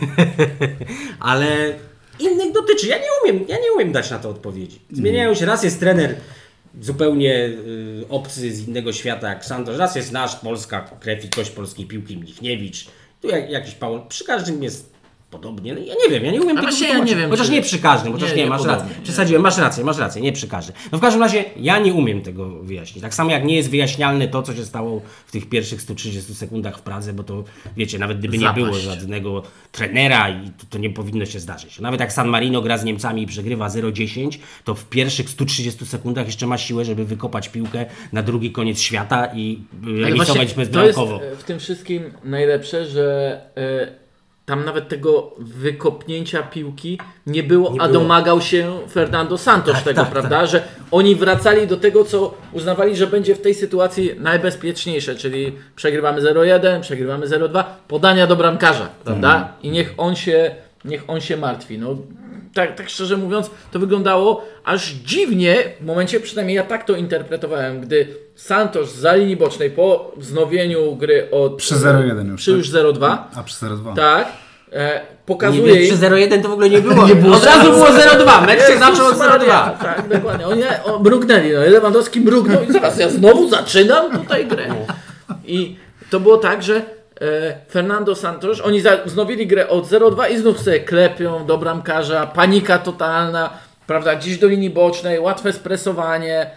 Speaker 3: ale innych dotyczy. Ja nie umiem, ja nie umiem dać na to odpowiedzi. Zmieniają się, raz jest trener zupełnie y, obcy z innego świata jak Santos, raz jest nasz, Polska, krew i kość polskiej piłki Michniewicz, tu jak, jakiś Paul, przy każdym jest podobnie. No, ja nie wiem, ja nie umiem
Speaker 2: A
Speaker 3: tego
Speaker 2: właśnie ja
Speaker 3: wytłumaczyć.
Speaker 2: nie wiem,
Speaker 3: Chociaż
Speaker 2: czy-
Speaker 3: nie przy każdym, chociaż
Speaker 2: Nie,
Speaker 3: nie,
Speaker 2: nie,
Speaker 3: masz
Speaker 2: podobnie,
Speaker 3: rację.
Speaker 2: nie.
Speaker 3: Przesadziłem, masz rację, masz rację, nie przy każdym. No w każdym razie ja nie umiem tego wyjaśnić. Tak samo jak nie jest wyjaśnialne to, co się stało w tych pierwszych stu trzydziestu sekundach w Pradze, bo to wiecie, nawet gdyby nie
Speaker 2: Zapaść.
Speaker 3: było żadnego trenera i to, to nie powinno się zdarzyć. Nawet jak San Marino gra z Niemcami i przegrywa zero dziesięć, to w pierwszych stu trzydziestu sekundach jeszcze ma siłę, żeby wykopać piłkę na drugi koniec świata i
Speaker 2: Ale
Speaker 3: remisować
Speaker 2: właśnie to jest
Speaker 3: bezbramkowo.
Speaker 2: e, w tym wszystkim najlepsze, że e, tam nawet tego wykopnięcia piłki nie było,
Speaker 3: Nie
Speaker 2: a
Speaker 3: było.
Speaker 2: domagał się Fernando Santos
Speaker 3: Tak,
Speaker 2: tego,
Speaker 3: tak,
Speaker 2: prawda? Że oni wracali do tego, co uznawali, że będzie w tej sytuacji najbezpieczniejsze, czyli przegrywamy zero jeden, przegrywamy zero dwa, podania do bramkarza, prawda?
Speaker 3: Mhm.
Speaker 2: I niech on się, niech on się martwi. No, tak, tak szczerze mówiąc, to wyglądało aż dziwnie, w momencie przynajmniej ja tak to interpretowałem, gdy Santos za linii bocznej po wznowieniu gry od
Speaker 1: Przy zero jeden już,
Speaker 2: przy
Speaker 1: tak?
Speaker 2: już zero dwa,
Speaker 1: A przy zero dwa.
Speaker 2: tak, e,
Speaker 3: Nie
Speaker 2: pokazuje
Speaker 3: wiem, przy zero jeden to w ogóle nie było.
Speaker 1: Nie było
Speaker 3: Od razu
Speaker 1: szans.
Speaker 3: było zero dwa. Mecz się
Speaker 2: Jezus
Speaker 3: zaczął od zero
Speaker 2: Maria,
Speaker 3: dwa.
Speaker 2: tak, dokładnie. Oni o, mrugnęli, no i Lewandowski mrugnął i zaraz ja znowu zaczynam tutaj grę. I to było tak, że e, Fernando Santos, oni za, wznowili grę od zero dwa i znów sobie klepią do bramkarza, panika totalna, prawda, gdzieś do linii bocznej, łatwe spresowanie.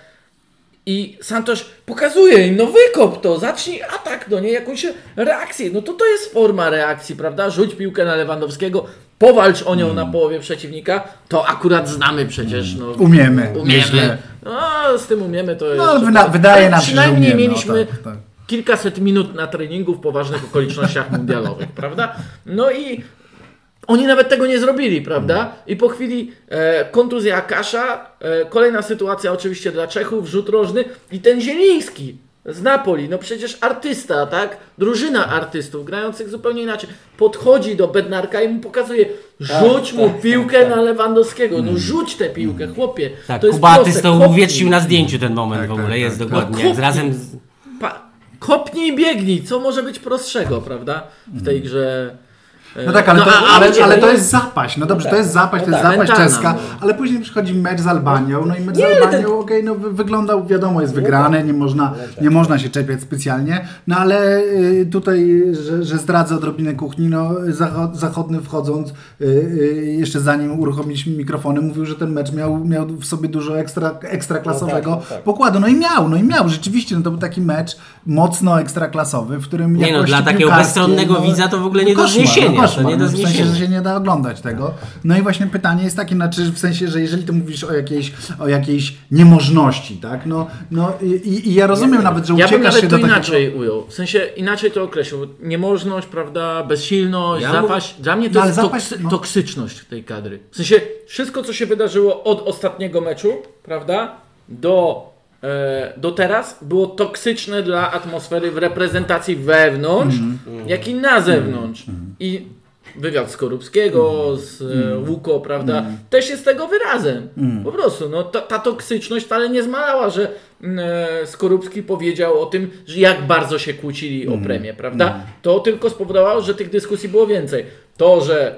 Speaker 2: I Santos pokazuje im, no wykop to, zacznij atak, no nie, jakąś reakcję. No to to jest forma reakcji, prawda? Rzuć piłkę na Lewandowskiego, powalcz o nią na połowie przeciwnika, to akurat znamy przecież. No,
Speaker 1: Umiemy.
Speaker 2: umiemy.
Speaker 1: Nieźle.
Speaker 2: No, z tym umiemy to
Speaker 1: No,
Speaker 2: jeszcze-
Speaker 1: wyda- wydaje
Speaker 2: Ale
Speaker 1: nam się, że
Speaker 2: przynajmniej
Speaker 1: umiemy,
Speaker 2: mieliśmy
Speaker 1: o, tak, tak.
Speaker 2: kilkaset minut na treningu w poważnych okolicznościach mundialowych, prawda? No i oni nawet tego nie zrobili, prawda? I po chwili e, kontuzja Akasza, e, kolejna sytuacja oczywiście dla Czechów, rzut rożny i ten Zieliński z Napoli, no przecież artysta, tak? Drużyna artystów grających zupełnie inaczej. Podchodzi do Bednarka i mu pokazuje, rzuć mu
Speaker 3: tak,
Speaker 2: piłkę
Speaker 3: tak,
Speaker 2: na Lewandowskiego, no rzuć tę piłkę, chłopie.
Speaker 3: Tak,
Speaker 2: to jest
Speaker 3: Kuba
Speaker 2: proste,
Speaker 3: Artysta
Speaker 2: kopnij.
Speaker 3: uwiercił na zdjęciu ten moment
Speaker 1: Tak,
Speaker 3: w ogóle,
Speaker 1: tak,
Speaker 3: jest
Speaker 1: tak.
Speaker 3: dokładnie.
Speaker 2: No,
Speaker 3: Jak razem z...
Speaker 2: Pa, kopnij i biegnij, co może być prostszego, prawda? W tej grze. e,
Speaker 1: No tak, ale, to,
Speaker 2: a-
Speaker 1: ale,
Speaker 2: wiecie,
Speaker 1: ale
Speaker 2: no
Speaker 1: to
Speaker 2: i-
Speaker 1: jest zapaść. No dobrze,
Speaker 2: tak,
Speaker 1: to jest zapaść,
Speaker 2: no
Speaker 1: to jest
Speaker 2: tak,
Speaker 1: zapaść
Speaker 2: mentalna,
Speaker 1: czeska,
Speaker 2: no.
Speaker 1: ale później przychodzi mecz z Albanią, no i mecz
Speaker 2: Nie,
Speaker 1: z
Speaker 2: ale
Speaker 1: Albanią,
Speaker 2: ten-
Speaker 1: okej, no wy- wyglądał, wiadomo, jest wygrany, nie można, nie można się czepiać specjalnie, no ale y, tutaj, że, że zdradzę odrobinę kuchni, no zachod, zachodny wchodząc, y, y, jeszcze zanim uruchomiliśmy mikrofony, mówił, że ten mecz miał, miał w sobie dużo ekstra, ekstraklasowego
Speaker 3: No tak, no tak.
Speaker 1: pokładu, no i miał, no i miał, rzeczywiście, no to był taki mecz mocno ekstraklasowy, w którym
Speaker 3: Nie no,
Speaker 1: jakości
Speaker 3: dla takiego
Speaker 1: piłkarskie,
Speaker 3: bezstronnego
Speaker 1: no,
Speaker 3: widza to w ogóle nie do
Speaker 1: koszmar,
Speaker 3: zniesienia,
Speaker 1: no, koszmar,
Speaker 3: to nie do
Speaker 1: no, w sensie,
Speaker 3: zniesienia.
Speaker 1: że się nie da oglądać tego. No i właśnie pytanie jest takie, znaczy w sensie, że jeżeli ty mówisz o jakiejś, o jakiejś niemożności, tak, no, no i, i ja rozumiem nawet, że
Speaker 2: Ja bym
Speaker 1: uciekasz się
Speaker 2: nawet
Speaker 1: do
Speaker 2: to
Speaker 1: takiego...
Speaker 2: inaczej ujął. W sensie inaczej to określił. Niemożność, prawda, bezsilność,
Speaker 3: Ja
Speaker 2: zapaść. Dla mnie to
Speaker 1: No, ale
Speaker 2: jest
Speaker 1: zapaść,
Speaker 2: toksy-
Speaker 1: no.
Speaker 2: toksyczność tej kadry. W sensie wszystko, co się wydarzyło od ostatniego meczu, prawda, do, e, do teraz, było toksyczne dla atmosfery w reprezentacji wewnątrz,
Speaker 1: Mhm.
Speaker 2: jak i na zewnątrz. I wywiad Skorupskiego,
Speaker 1: Mhm.
Speaker 2: z e, Łuko, prawda, też jest tego wyrazem.
Speaker 1: Mhm.
Speaker 2: Po prostu, no, ta, ta toksyczność wcale nie zmalała, że mm, e, Skorupski powiedział o tym, że jak bardzo się kłócili
Speaker 1: Mhm.
Speaker 2: o premię, prawda? To tylko spowodowało, że tych dyskusji było więcej. To, że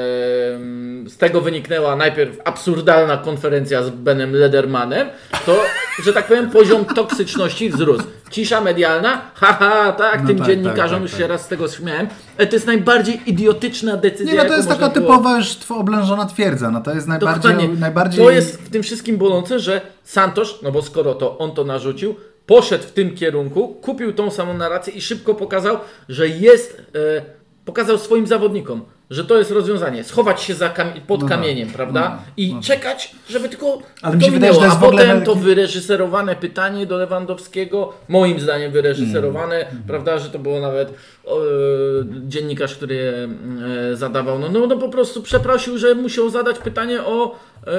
Speaker 2: e, z tego wyniknęła najpierw absurdalna konferencja z Benem Ledermanem, to, że tak powiem, poziom toksyczności wzrósł. Cisza medialna, haha, tak,
Speaker 1: No
Speaker 2: tym
Speaker 1: tak,
Speaker 2: dziennikarzom
Speaker 1: tak,
Speaker 2: już
Speaker 1: tak,
Speaker 2: się
Speaker 1: tak.
Speaker 2: raz z tego śmiałem. E, To jest najbardziej idiotyczna decyzja,
Speaker 1: Nie, no to
Speaker 2: jaką
Speaker 1: jest taka
Speaker 2: można było-
Speaker 1: typowa już tw- oblężona twierdza, no to jest najbardziej...
Speaker 2: Dokładnie.
Speaker 1: najbardziej...
Speaker 2: To jest w tym wszystkim bolące, że Santos, no bo skoro to on to narzucił, poszedł w tym kierunku, kupił tą samą narrację i szybko pokazał, że jest, e, pokazał swoim zawodnikom, że to jest rozwiązanie. Schować się za kam- pod
Speaker 1: No tak,
Speaker 2: kamieniem, prawda?
Speaker 1: no,
Speaker 2: I
Speaker 1: no.
Speaker 2: czekać, żeby tylko
Speaker 1: Ale
Speaker 2: to
Speaker 1: mi się wydaje,
Speaker 2: minęło.
Speaker 1: że to
Speaker 2: A
Speaker 1: jest w ogóle
Speaker 2: potem to
Speaker 1: taki-
Speaker 2: wyreżyserowane pytanie do Lewandowskiego, moim zdaniem wyreżyserowane,
Speaker 1: Mm.
Speaker 2: prawda, że to było nawet e, dziennikarz, który je e, zadawał. No, no, no po prostu przeprosił, że musiał zadać pytanie o,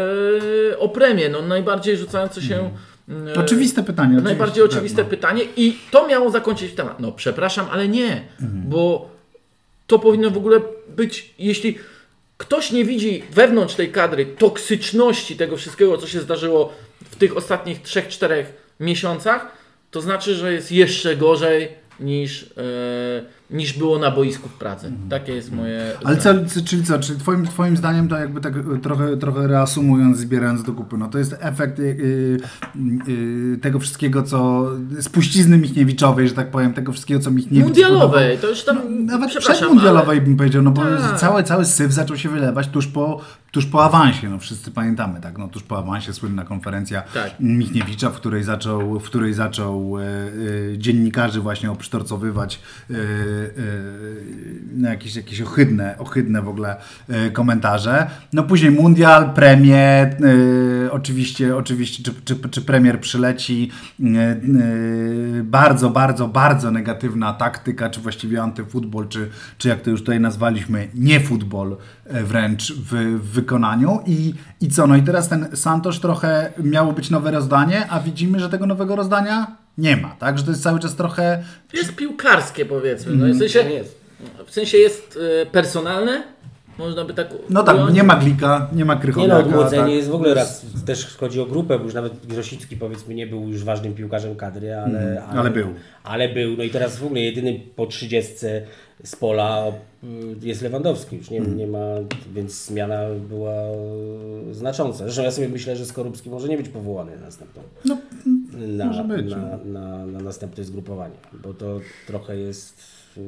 Speaker 2: e, o premię. No najbardziej rzucające się... e,
Speaker 1: Oczywiste pytanie.
Speaker 2: Najbardziej
Speaker 1: oczywiście,
Speaker 2: oczywiste
Speaker 1: no.
Speaker 2: pytanie i to miało zakończyć temat. No przepraszam, ale nie, bo to powinno w ogóle być, jeśli ktoś nie widzi wewnątrz tej kadry toksyczności tego wszystkiego, co się zdarzyło w tych ostatnich trzech czterech miesiącach, to znaczy, że jest jeszcze gorzej niż, e, niż było na boisku w Pradze. Takie jest moje...
Speaker 1: Ale co, czyli co, czyli twoim, twoim zdaniem to jakby tak trochę, trochę reasumując, zbierając do kupy, no to jest efekt yy, yy, tego wszystkiego, co spuścizny Michniewiczowej, że tak powiem, tego wszystkiego, co Michniewicz...
Speaker 2: Mundialowej, to już tam...
Speaker 1: No, nawet przedmundialowej
Speaker 2: ale...
Speaker 1: bym powiedział, no bo
Speaker 2: tak.
Speaker 1: cały, cały syf zaczął się wylewać tuż po, tuż po awansie, no wszyscy pamiętamy, tak, no tuż po awansie słynna konferencja
Speaker 2: tak.
Speaker 1: Michniewicza, w której zaczął, w której zaczął e, e, dziennikarzy właśnie obsztorcowywać e, e, na jakieś, jakieś ohydne, ohydne w ogóle e, komentarze. No później mundial, premie, e, oczywiście, oczywiście czy, czy, czy premier przyleci, e, e, bardzo, bardzo, bardzo negatywna taktyka, czy właściwie antyfutbol, czy, czy jak to już tutaj nazwaliśmy, nie futbol wręcz w, w wykonaniu i, i co? No i teraz ten Santos trochę miało być nowe rozdanie, a widzimy, że tego nowego rozdania nie ma, tak? Że to jest cały czas trochę...
Speaker 2: Jest piłkarskie, powiedzmy. No, w, sensie, w sensie jest y, personalne, można by tak
Speaker 1: No tak,
Speaker 2: ująć.
Speaker 1: nie ma Glika, nie ma Krychowiaka.
Speaker 3: Nie no, odmłodzenie
Speaker 1: tak.
Speaker 3: jest w ogóle raz, też chodzi o grupę, bo już nawet Grosicki powiedzmy nie był już ważnym piłkarzem kadry, ale,
Speaker 1: Mm,
Speaker 3: ale,
Speaker 1: ale był.
Speaker 3: Ale był, no i teraz w ogóle jedyny po trzydziestce z pola jest Lewandowski, już nie,
Speaker 1: Mm.
Speaker 3: nie ma, więc zmiana była znacząca. Zresztą ja sobie myślę, że Skorupski może nie być powołany na następną.
Speaker 1: No,
Speaker 3: na,
Speaker 1: może być.
Speaker 3: Na, na, na następne zgrupowanie, bo to trochę jest... Yy...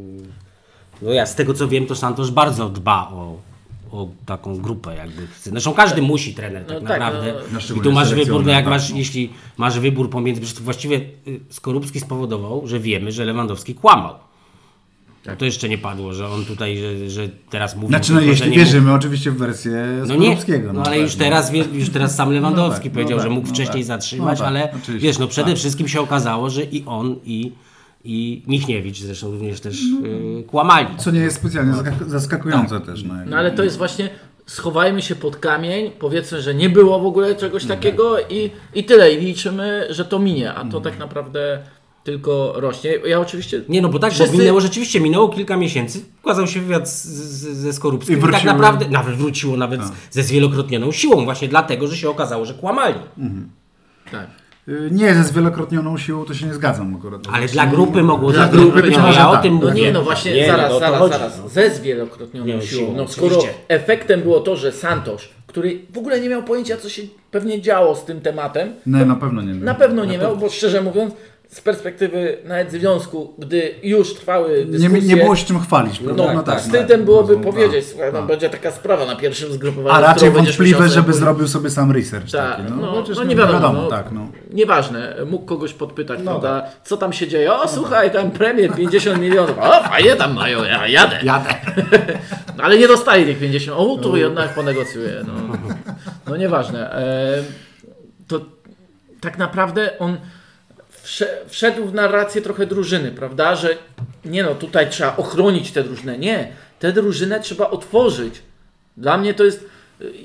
Speaker 3: No ja z tego co wiem, to Santos bardzo dba o, o taką grupę jakby. Zresztą każdy musi trener tak
Speaker 2: No tak,
Speaker 3: naprawdę.
Speaker 2: no,
Speaker 1: no,
Speaker 3: I tu masz wybór, no jak
Speaker 1: tak,
Speaker 3: masz,
Speaker 1: no.
Speaker 3: jeśli masz wybór pomiędzy, właściwie Skorupski spowodował, że wiemy, że Lewandowski kłamał. No to jeszcze nie padło, że on tutaj, że, że teraz mówi...
Speaker 1: Znaczy, no
Speaker 3: tylko,
Speaker 1: jeśli
Speaker 3: że nie
Speaker 1: wierzymy mógł... oczywiście w wersję
Speaker 3: no nie,
Speaker 1: Skorupskiego.
Speaker 3: no ale już teraz, już teraz sam Lewandowski
Speaker 1: no tak,
Speaker 3: powiedział,
Speaker 1: no tak,
Speaker 3: że mógł
Speaker 1: no
Speaker 3: wcześniej
Speaker 1: tak,
Speaker 3: zatrzymać,
Speaker 1: no tak,
Speaker 3: ale
Speaker 1: oczywiście,
Speaker 3: wiesz, no przede
Speaker 1: tak.
Speaker 3: wszystkim się okazało, że i on, i, i Michniewicz zresztą również też yy, kłamali.
Speaker 1: Co nie jest specjalnie zaskak- zaskakujące
Speaker 3: Tak.
Speaker 1: też. No,
Speaker 2: No ale to jest właśnie, schowajmy się pod kamień, powiedzmy, że nie było w ogóle czegoś takiego i, i tyle. I liczymy, że to minie, a to tak naprawdę tylko rośnie. Ja oczywiście...
Speaker 3: Nie no, bo tak,
Speaker 2: wszyscy...
Speaker 3: bo minęło rzeczywiście, minęło kilka miesięcy, ukazał się wywiad z, z, ze Skorupskim
Speaker 1: I
Speaker 3: i, tak
Speaker 1: wróciły.
Speaker 3: naprawdę, nawet wróciło nawet
Speaker 1: A.
Speaker 3: ze zwielokrotnioną siłą, właśnie dlatego, że się okazało, że kłamali.
Speaker 2: Tak.
Speaker 1: Y, Nie, ze zwielokrotnioną siłą to się nie zgadzam akurat.
Speaker 3: Ale dla grupy mogło
Speaker 2: Dla
Speaker 3: za
Speaker 2: grupy
Speaker 3: grupy,
Speaker 2: być
Speaker 3: no,
Speaker 1: może
Speaker 3: ja o
Speaker 1: tak.
Speaker 3: tym
Speaker 2: No
Speaker 3: mówię.
Speaker 2: nie, no właśnie,
Speaker 3: Nie,
Speaker 2: zaraz,
Speaker 3: no, o to
Speaker 2: zaraz,
Speaker 3: chodzi,
Speaker 2: zaraz.
Speaker 3: no.
Speaker 2: Ze zwielokrotnioną
Speaker 3: Nie,
Speaker 2: siłą.
Speaker 3: siłą,
Speaker 2: No skoro
Speaker 3: oczywiście.
Speaker 2: efektem było to, że Santos, który w ogóle nie miał pojęcia, co się pewnie działo z tym tematem,
Speaker 1: Nie, na pewno nie.
Speaker 2: na pewno nie miał, bo szczerze mówiąc, z perspektywy nawet związku, gdy już trwały
Speaker 1: Nie,
Speaker 2: dyskusje,
Speaker 1: nie było się czym chwalić.
Speaker 2: no,
Speaker 1: prawda?
Speaker 2: tak,
Speaker 1: no
Speaker 2: wstydem byłoby
Speaker 1: no,
Speaker 2: powiedzieć,
Speaker 1: tak,
Speaker 2: słuchaj, no,
Speaker 1: tak.
Speaker 2: będzie taka sprawa na pierwszym zgrupowaniu.
Speaker 1: A raczej
Speaker 2: którą będziesz
Speaker 1: wątpliwe,
Speaker 2: musiał
Speaker 1: żeby
Speaker 2: sobie-
Speaker 1: zrobił sobie sam research.
Speaker 2: Tak,
Speaker 1: taki,
Speaker 2: no,
Speaker 1: chociaż
Speaker 2: no nie wiadomo, no,
Speaker 1: tak, no.
Speaker 2: Nieważne, mógł kogoś podpytać,
Speaker 1: No
Speaker 2: prawda, co tam się dzieje, o słuchaj, tam premier pięćdziesiąt milionów, o fajnie tam mają, ja jadę.
Speaker 1: Jadę.
Speaker 2: Ale nie dostaje tych pięćdziesiąt, o tu jednak ponegocjuję, no, no nieważne. E, to tak naprawdę on wsze- wszedł w narrację trochę drużyny, prawda, że nie no, tutaj trzeba ochronić tę drużynę, nie, tę drużynę trzeba otworzyć. Dla mnie to jest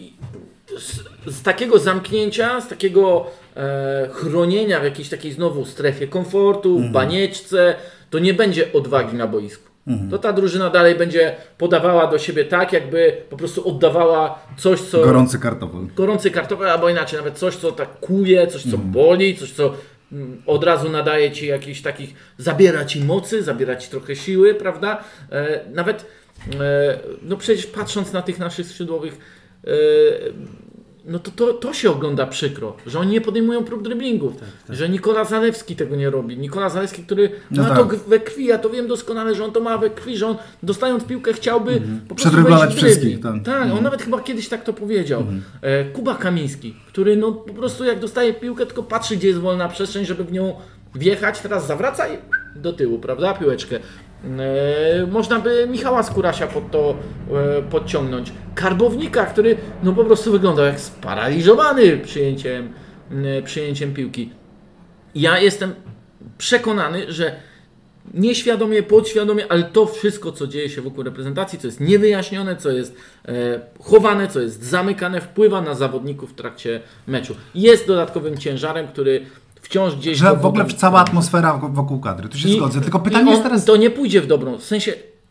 Speaker 2: z, z takiego zamknięcia, z takiego e, chronienia w jakiejś takiej znowu strefie komfortu,
Speaker 1: Mhm.
Speaker 2: w banieczce, to nie będzie odwagi na boisku. To ta drużyna dalej będzie podawała do siebie tak, jakby po prostu oddawała coś, co...
Speaker 1: Gorący kartofel.
Speaker 2: gorący kartofel, albo inaczej, nawet coś, co tak kłuje, coś, co boli, coś, co mm, od razu nadaje ci jakichś takich, zabiera ci mocy, zabiera ci trochę siły, prawda? E, nawet, e, no przecież patrząc na tych naszych skrzydłowych, e, no to, to to się ogląda przykro, że oni nie podejmują prób driblingów, że Nikola Zalewski tego nie robi. Nikola Zalewski, który
Speaker 1: No
Speaker 2: ma
Speaker 1: tak.
Speaker 2: to g- we krwi, ja to wiem doskonale, że on to ma we krwi, że on dostając piłkę chciałby po prostu
Speaker 1: Przedryblować
Speaker 2: wejść w dribbling.
Speaker 1: wszystkich, tak.
Speaker 2: Tak, on
Speaker 1: Mhm.
Speaker 2: nawet chyba kiedyś tak to powiedział. E, Kuba Kamiński, który no po prostu jak dostaje piłkę, tylko patrzy, gdzie jest wolna przestrzeń, żeby w nią wjechać, teraz zawraca i do tyłu, prawda, piłeczkę. E, można by Michała Skórasia pod to e, podciągnąć. Karbownika, który no po prostu wyglądał jak sparaliżowany przyjęciem, e, przyjęciem piłki. Ja jestem przekonany, że nieświadomie, podświadomie, ale to wszystko, co dzieje się wokół reprezentacji, co jest niewyjaśnione, co jest e, chowane, co jest zamykane, wpływa na zawodników w trakcie meczu. Jest dodatkowym ciężarem, który wciąż gdzieś...
Speaker 1: Że w
Speaker 2: wokół-
Speaker 1: ogóle cała atmosfera wokół kadry. Tu się
Speaker 2: I-
Speaker 1: zgodzę. Tylko
Speaker 2: i
Speaker 1: pytanie
Speaker 2: on,
Speaker 1: jest teraz...
Speaker 2: To nie pójdzie w dobrą. W sensie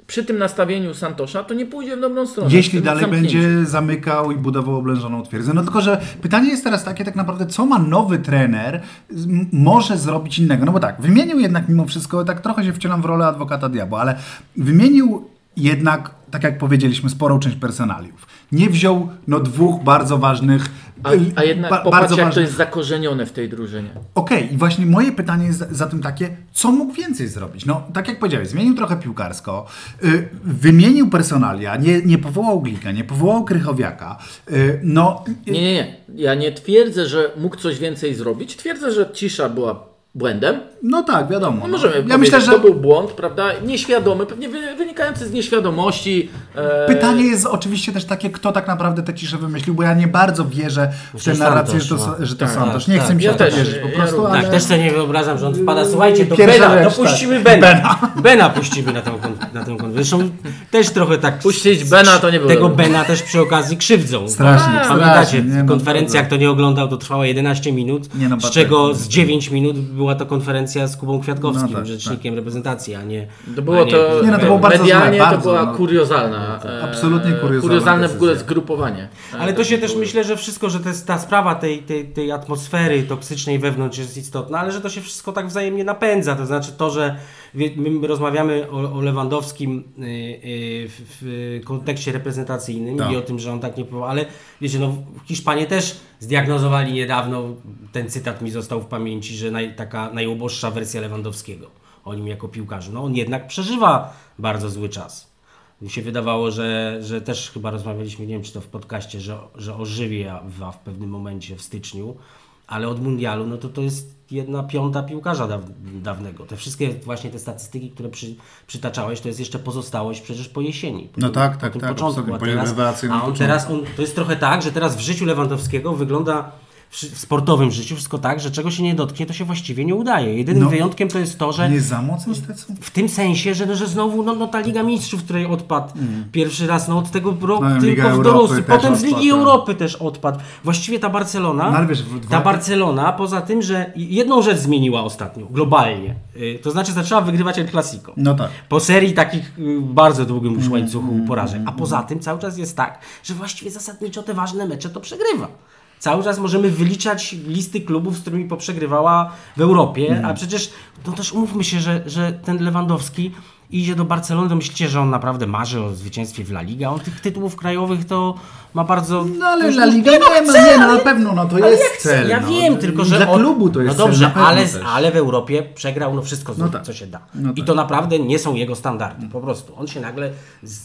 Speaker 2: przy tym nastawieniu Santosza to nie pójdzie w dobrą stronę.
Speaker 1: Jeśli dalej będzie zamykał i budował oblężoną twierdzę. No tylko, że pytanie jest teraz takie tak naprawdę, co ma nowy trener m- może zrobić innego? No bo tak, wymienił jednak mimo wszystko, tak trochę się wcielam w rolę adwokata diabła, ale wymienił jednak, tak jak powiedzieliśmy, sporą część personaliów. Nie wziął no dwóch bardzo ważnych...
Speaker 2: A, a jednak ba, popatrz, jak ważnych... to jest zakorzenione w tej drużynie.
Speaker 1: Okej, okay, i właśnie moje pytanie jest zatem takie, co mógł więcej zrobić? No, tak jak powiedziałeś, zmienił trochę piłkarsko, yy, wymienił personalia, nie, nie powołał Glika, nie powołał Krychowiaka. Yy, no,
Speaker 2: yy... Nie, nie, nie. Ja nie twierdzę, że mógł coś więcej zrobić. Twierdzę, że cisza była błędem.
Speaker 1: No tak, wiadomo.
Speaker 2: No możemy
Speaker 1: ja myślę, że
Speaker 2: to był błąd, prawda? Nieświadomy, pewnie wynikający z nieświadomości.
Speaker 1: E... Pytanie jest oczywiście też takie, kto tak naprawdę tę ciszę wymyślił, bo ja nie bardzo wierzę w tę narrację, że to, no. że to tak, Santosz. Nie tak, chcę mi się
Speaker 2: ja
Speaker 1: w to
Speaker 2: też,
Speaker 1: wierzyć po prostu,
Speaker 2: ja
Speaker 1: ale...
Speaker 3: Tak, też sobie nie wyobrażam, że on wpada. Słuchajcie, do
Speaker 1: Pierwsza
Speaker 3: Bena,
Speaker 1: rzecz,
Speaker 3: dopuścimy
Speaker 1: tak.
Speaker 3: Bena.
Speaker 1: Bena.
Speaker 3: Bena puścimy na tę na tę konferencję. Zresztą też trochę tak...
Speaker 2: Puścić Bena to nie było.
Speaker 3: Tego Bena też przy okazji krzywdzą.
Speaker 1: Strasznie.
Speaker 3: A, pamiętacie,
Speaker 1: nie,
Speaker 3: no, konferencja, jak to nie oglądał, to trwała jedenaście minut,
Speaker 1: nie, no,
Speaker 3: z czego z dziewięć minut była to konferencja z Kubą Kwiatkowskim,
Speaker 1: no tak,
Speaker 3: rzecznikiem tak. reprezentacji, a nie...
Speaker 2: To było
Speaker 3: nie,
Speaker 2: to,
Speaker 1: nie, no to było bardzo
Speaker 2: medialnie
Speaker 1: złe, bardzo,
Speaker 2: to była
Speaker 1: no.
Speaker 2: kuriozalna.
Speaker 1: E, Absolutnie kuriozalna
Speaker 2: Kuriozalne
Speaker 1: decyzja.
Speaker 2: w ogóle zgrupowanie.
Speaker 3: Ale to się też myślę, że wszystko, że to jest ta sprawa tej, tej, tej atmosfery toksycznej wewnątrz jest istotna, ale że to się wszystko tak wzajemnie napędza. To znaczy to, że my rozmawiamy o, o Lewandowskim yy, yy, w, w kontekście reprezentacyjnym
Speaker 1: tak.
Speaker 3: i o tym, że on tak nie próbował, ale wiecie, no Hiszpanie też zdiagnozowali niedawno, ten cytat mi został w pamięci, że naj, taka najuboższa wersja Lewandowskiego o nim jako piłkarzu. No on jednak przeżywa bardzo zły czas. Mi się wydawało, że, że też chyba rozmawialiśmy, nie wiem czy to w podcaście, że, że ożywia w, w pewnym momencie w styczniu, ale od mundialu no to to jest jedna piąta piłkarza daw, dawnego. Te wszystkie właśnie te statystyki, które przy, przytaczałeś, to jest jeszcze pozostałość przecież po jesieni. Po
Speaker 1: no
Speaker 3: tym,
Speaker 1: tak,
Speaker 3: po
Speaker 1: tak,
Speaker 3: tym
Speaker 1: tak.
Speaker 3: początku. A,
Speaker 1: po
Speaker 3: teraz, a on teraz, on, to jest trochę tak, że teraz w życiu Lewandowskiego wygląda w sportowym życiu wszystko tak, że czego się nie dotknie, to się właściwie nie udaje. Jedynym
Speaker 1: no,
Speaker 3: wyjątkiem to jest to, że...
Speaker 1: Nie za mocno Stetson?
Speaker 3: W tym sensie, że, że znowu no, no, ta Liga Mistrzów, w której odpadł mm. pierwszy raz, no od tego roku
Speaker 1: no,
Speaker 3: tylko w dorosłych, potem z Ligi odpadł. Europy też odpadł. Właściwie ta Barcelona, no, wiesz, dwa... ta Barcelona, poza tym, że jedną rzecz zmieniła ostatnio, globalnie. Yy, to znaczy zaczęła wygrywać El Clasico.
Speaker 1: No tak.
Speaker 3: Po serii takich yy, bardzo długim już łańcuchu mm, porażek. A poza tym cały czas jest tak, że właściwie zasadniczo te ważne mecze to przegrywa. Cały czas możemy wyliczać listy klubów, z którymi poprzegrywała w Europie, mm. a przecież no też umówmy się, że, że ten Lewandowski idzie do Barcelony, to myślicie, że on naprawdę marzy o zwycięstwie w La Liga? On tych tytułów krajowych to ma bardzo...
Speaker 1: No ale La Liga nie, nie, chce, nie no, na pewno, no to jest cel.
Speaker 3: Ja
Speaker 1: no.
Speaker 3: wiem, tylko że...
Speaker 1: Dla
Speaker 3: od...
Speaker 1: klubu to jest
Speaker 3: No dobrze,
Speaker 1: cel,
Speaker 3: ale, ale w Europie przegrał no wszystko,
Speaker 1: no tak.
Speaker 3: co się da.
Speaker 1: No
Speaker 3: I
Speaker 1: tak.
Speaker 3: to naprawdę nie są jego standardy, po prostu. On się nagle z,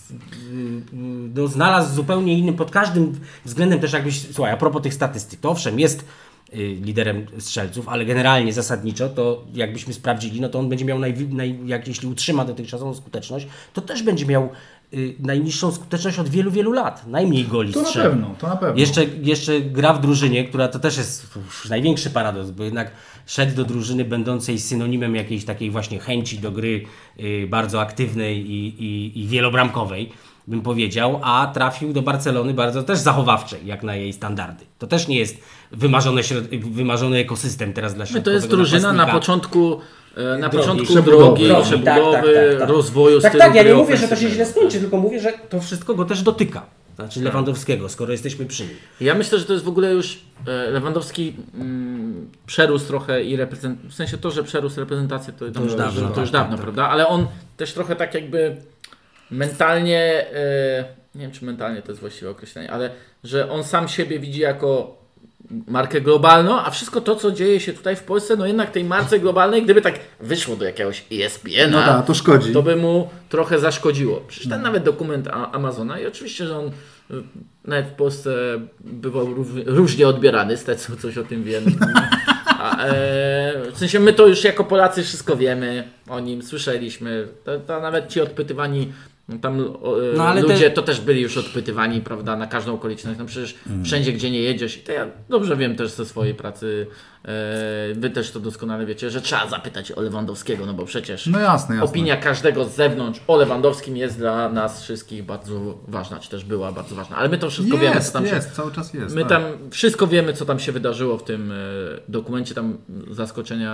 Speaker 3: no, znalazł zupełnie innym, pod każdym względem też jakbyś... Słuchaj, a propos tych statystyk, to owszem, jest liderem strzelców, ale generalnie zasadniczo to jakbyśmy sprawdzili, no to on będzie miał, naj, naj, jak jeśli utrzyma dotychczasową skuteczność, to też będzie miał y, najniższą skuteczność od wielu, wielu lat. Najmniej goli
Speaker 1: to
Speaker 3: strzela.
Speaker 1: Na pewno, to na pewno.
Speaker 3: Jeszcze, jeszcze gra w drużynie, która to też jest największy paradoks, bo jednak szedł do drużyny będącej synonimem jakiejś takiej właśnie chęci do gry y, bardzo aktywnej i, i, i wielobramkowej, bym powiedział, a trafił do Barcelony bardzo też zachowawczej, jak na jej standardy. To też nie jest wymarzony, wymarzony ekosystem teraz dla środkowego
Speaker 2: To jest drużyna na początku na
Speaker 3: drogi,
Speaker 2: początku
Speaker 3: przebudowy,
Speaker 2: drogi,
Speaker 3: drogi,
Speaker 2: przebudowy,
Speaker 3: tak, tak, tak, tak.
Speaker 2: rozwoju
Speaker 3: tak,
Speaker 2: stylu
Speaker 3: tak, ja nie
Speaker 2: gry
Speaker 3: mówię, że to się źle
Speaker 2: ofensywnego.
Speaker 3: skończy, tylko mówię, że to wszystko go też dotyka. Znaczy Lewandowskiego, skoro jesteśmy przy nim.
Speaker 2: Ja myślę, że to jest w ogóle już Lewandowski mm, przerósł trochę i reprezent... w sensie to, że przerósł reprezentację to,
Speaker 3: to już dawno,
Speaker 2: to, to już
Speaker 3: tak,
Speaker 2: dawno,
Speaker 3: tak,
Speaker 2: prawda? Ale on też trochę tak jakby mentalnie, e, nie wiem czy mentalnie to jest właściwe określenie, ale że on sam siebie widzi jako markę globalną, a wszystko to, co dzieje się tutaj w Polsce, no jednak tej marce globalnej, gdyby tak wyszło do jakiegoś E S P N a,
Speaker 1: no tak, to szkodzi.
Speaker 2: To by mu trochę zaszkodziło. Przecież ten nawet dokument Amazona i oczywiście, że on nawet w Polsce bywał różnie odbierany, z tego coś o tym wiem. A, e, w sensie my to już jako Polacy wszystko wiemy o nim, słyszeliśmy. To, to nawet ci odpytywani tam o, no, ale ludzie te... to też byli już odpytywani, prawda, na każdą okoliczność. No przecież mm. wszędzie, gdzie nie jedziesz, i to ja dobrze wiem też ze swojej pracy, e, wy też to doskonale wiecie, że trzeba zapytać o Lewandowskiego, no bo przecież
Speaker 1: no jasne, jasne.
Speaker 2: opinia każdego z zewnątrz o Lewandowskim jest dla nas wszystkich bardzo ważna, czy też była bardzo ważna. Ale my to wszystko
Speaker 1: jest,
Speaker 2: wiemy, co tam
Speaker 1: jest,
Speaker 2: się...
Speaker 1: cały czas jest.
Speaker 2: My
Speaker 1: tak.
Speaker 2: tam wszystko wiemy, co tam się wydarzyło w tym e, dokumencie, tam zaskoczenia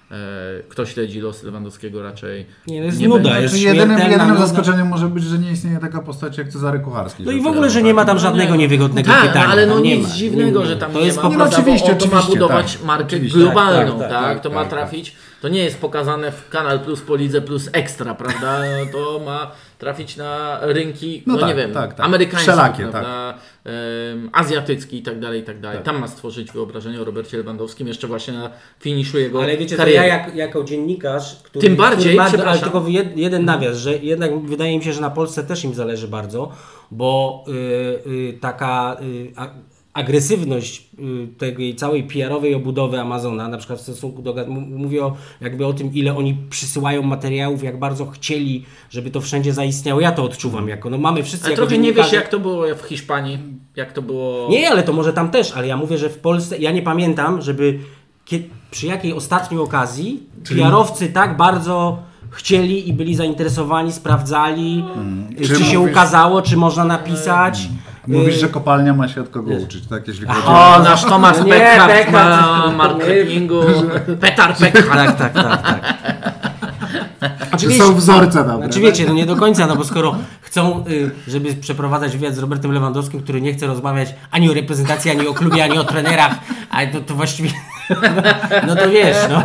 Speaker 2: Kto śledzi los Lewandowskiego raczej
Speaker 3: nie, to jest
Speaker 2: nie
Speaker 3: nuda.
Speaker 2: będzie.
Speaker 3: Jest
Speaker 1: Znaczy, jedynym jedynym
Speaker 3: nuda.
Speaker 1: zaskoczeniem może być, że nie istnieje taka postać jak Cezary Kucharski.
Speaker 3: No i w ogóle, że nie ma tam żadnego niewygodnego
Speaker 2: tak,
Speaker 3: pytania.
Speaker 2: ale no
Speaker 3: nie
Speaker 2: nic
Speaker 3: ma.
Speaker 2: dziwnego,
Speaker 3: nie,
Speaker 2: że tam
Speaker 3: to
Speaker 2: nie
Speaker 3: jest
Speaker 2: ma.
Speaker 3: po
Speaker 1: Nie, no
Speaker 3: prostu...
Speaker 1: oczywiście,
Speaker 2: on to ma
Speaker 1: oczywiście,
Speaker 2: budować
Speaker 1: tak.
Speaker 2: markę
Speaker 1: Oczywiście.
Speaker 2: globalną,
Speaker 3: Tak,
Speaker 2: tak,
Speaker 3: tak,
Speaker 2: tak,
Speaker 1: tak,
Speaker 2: to
Speaker 1: tak,
Speaker 2: ma
Speaker 1: tak.
Speaker 2: trafić, to nie jest pokazane w Kanal Plus, po Lidze Plus Ekstra, prawda, to ma trafić na rynki, no,
Speaker 1: No tak,
Speaker 2: nie wiem,
Speaker 1: tak, tak.
Speaker 2: amerykańskie,
Speaker 1: Wszelakie,
Speaker 2: prawda, em, azjatycki i tak dalej, i tak dalej.
Speaker 1: Tak.
Speaker 2: Tam ma stworzyć wyobrażenie o Robercie Lewandowskim jeszcze właśnie na finiszu jego
Speaker 3: Ale wiecie, to
Speaker 2: kariery.
Speaker 3: ja jak, jako dziennikarz, który,
Speaker 2: Tym bardziej,
Speaker 3: który ma, ale
Speaker 2: przepraszam.
Speaker 3: tylko jed, jeden nawias, że jednak wydaje mi się, że na Polsce też im zależy bardzo, bo y, y, taka y, a, agresywność y, tej całej P R-owej obudowy Amazona, na przykład w stosunku do, m- mówię o, jakby o tym, ile oni przysyłają materiałów, jak bardzo chcieli, żeby to wszędzie zaistniało. Ja to odczuwam jako, no mamy wszyscy
Speaker 2: Ale
Speaker 3: jako
Speaker 2: trochę nie wiesz,
Speaker 3: dziennikarze-
Speaker 2: jak to było w Hiszpanii, jak to było...
Speaker 3: Nie, ale to może tam też, ale ja mówię, że w Polsce, ja nie pamiętam, żeby kie, przy jakiej ostatniej okazji
Speaker 1: Czyli-
Speaker 3: P R-owcy tak bardzo chcieli i byli zainteresowani, sprawdzali, y,
Speaker 1: Czy
Speaker 3: czy się
Speaker 1: mówisz-
Speaker 3: ukazało, czy można napisać.
Speaker 1: Mówisz,
Speaker 3: Y,
Speaker 1: że kopalnia ma się od kogo uczyć, tak? Jeśli chodzi
Speaker 2: O,
Speaker 1: o...
Speaker 2: nasz Tomasz
Speaker 3: Nie,
Speaker 2: Peckhardt
Speaker 3: Peckhardt.
Speaker 2: na marketingu, Petar Peckhardt.
Speaker 3: Tak, tak, tak, tak. Znaczy,
Speaker 1: Że
Speaker 3: wiecie,
Speaker 1: są wzorce tam,
Speaker 3: Znaczy
Speaker 1: prawda?
Speaker 3: wiecie, no nie do końca, no bo skoro chcą, y, żeby przeprowadzać wywiad z Robertem Lewandowskim, który nie chce rozmawiać ani o reprezentacji, ani o klubie, ani o trenerach, a to, to właściwie, no to wiesz, no.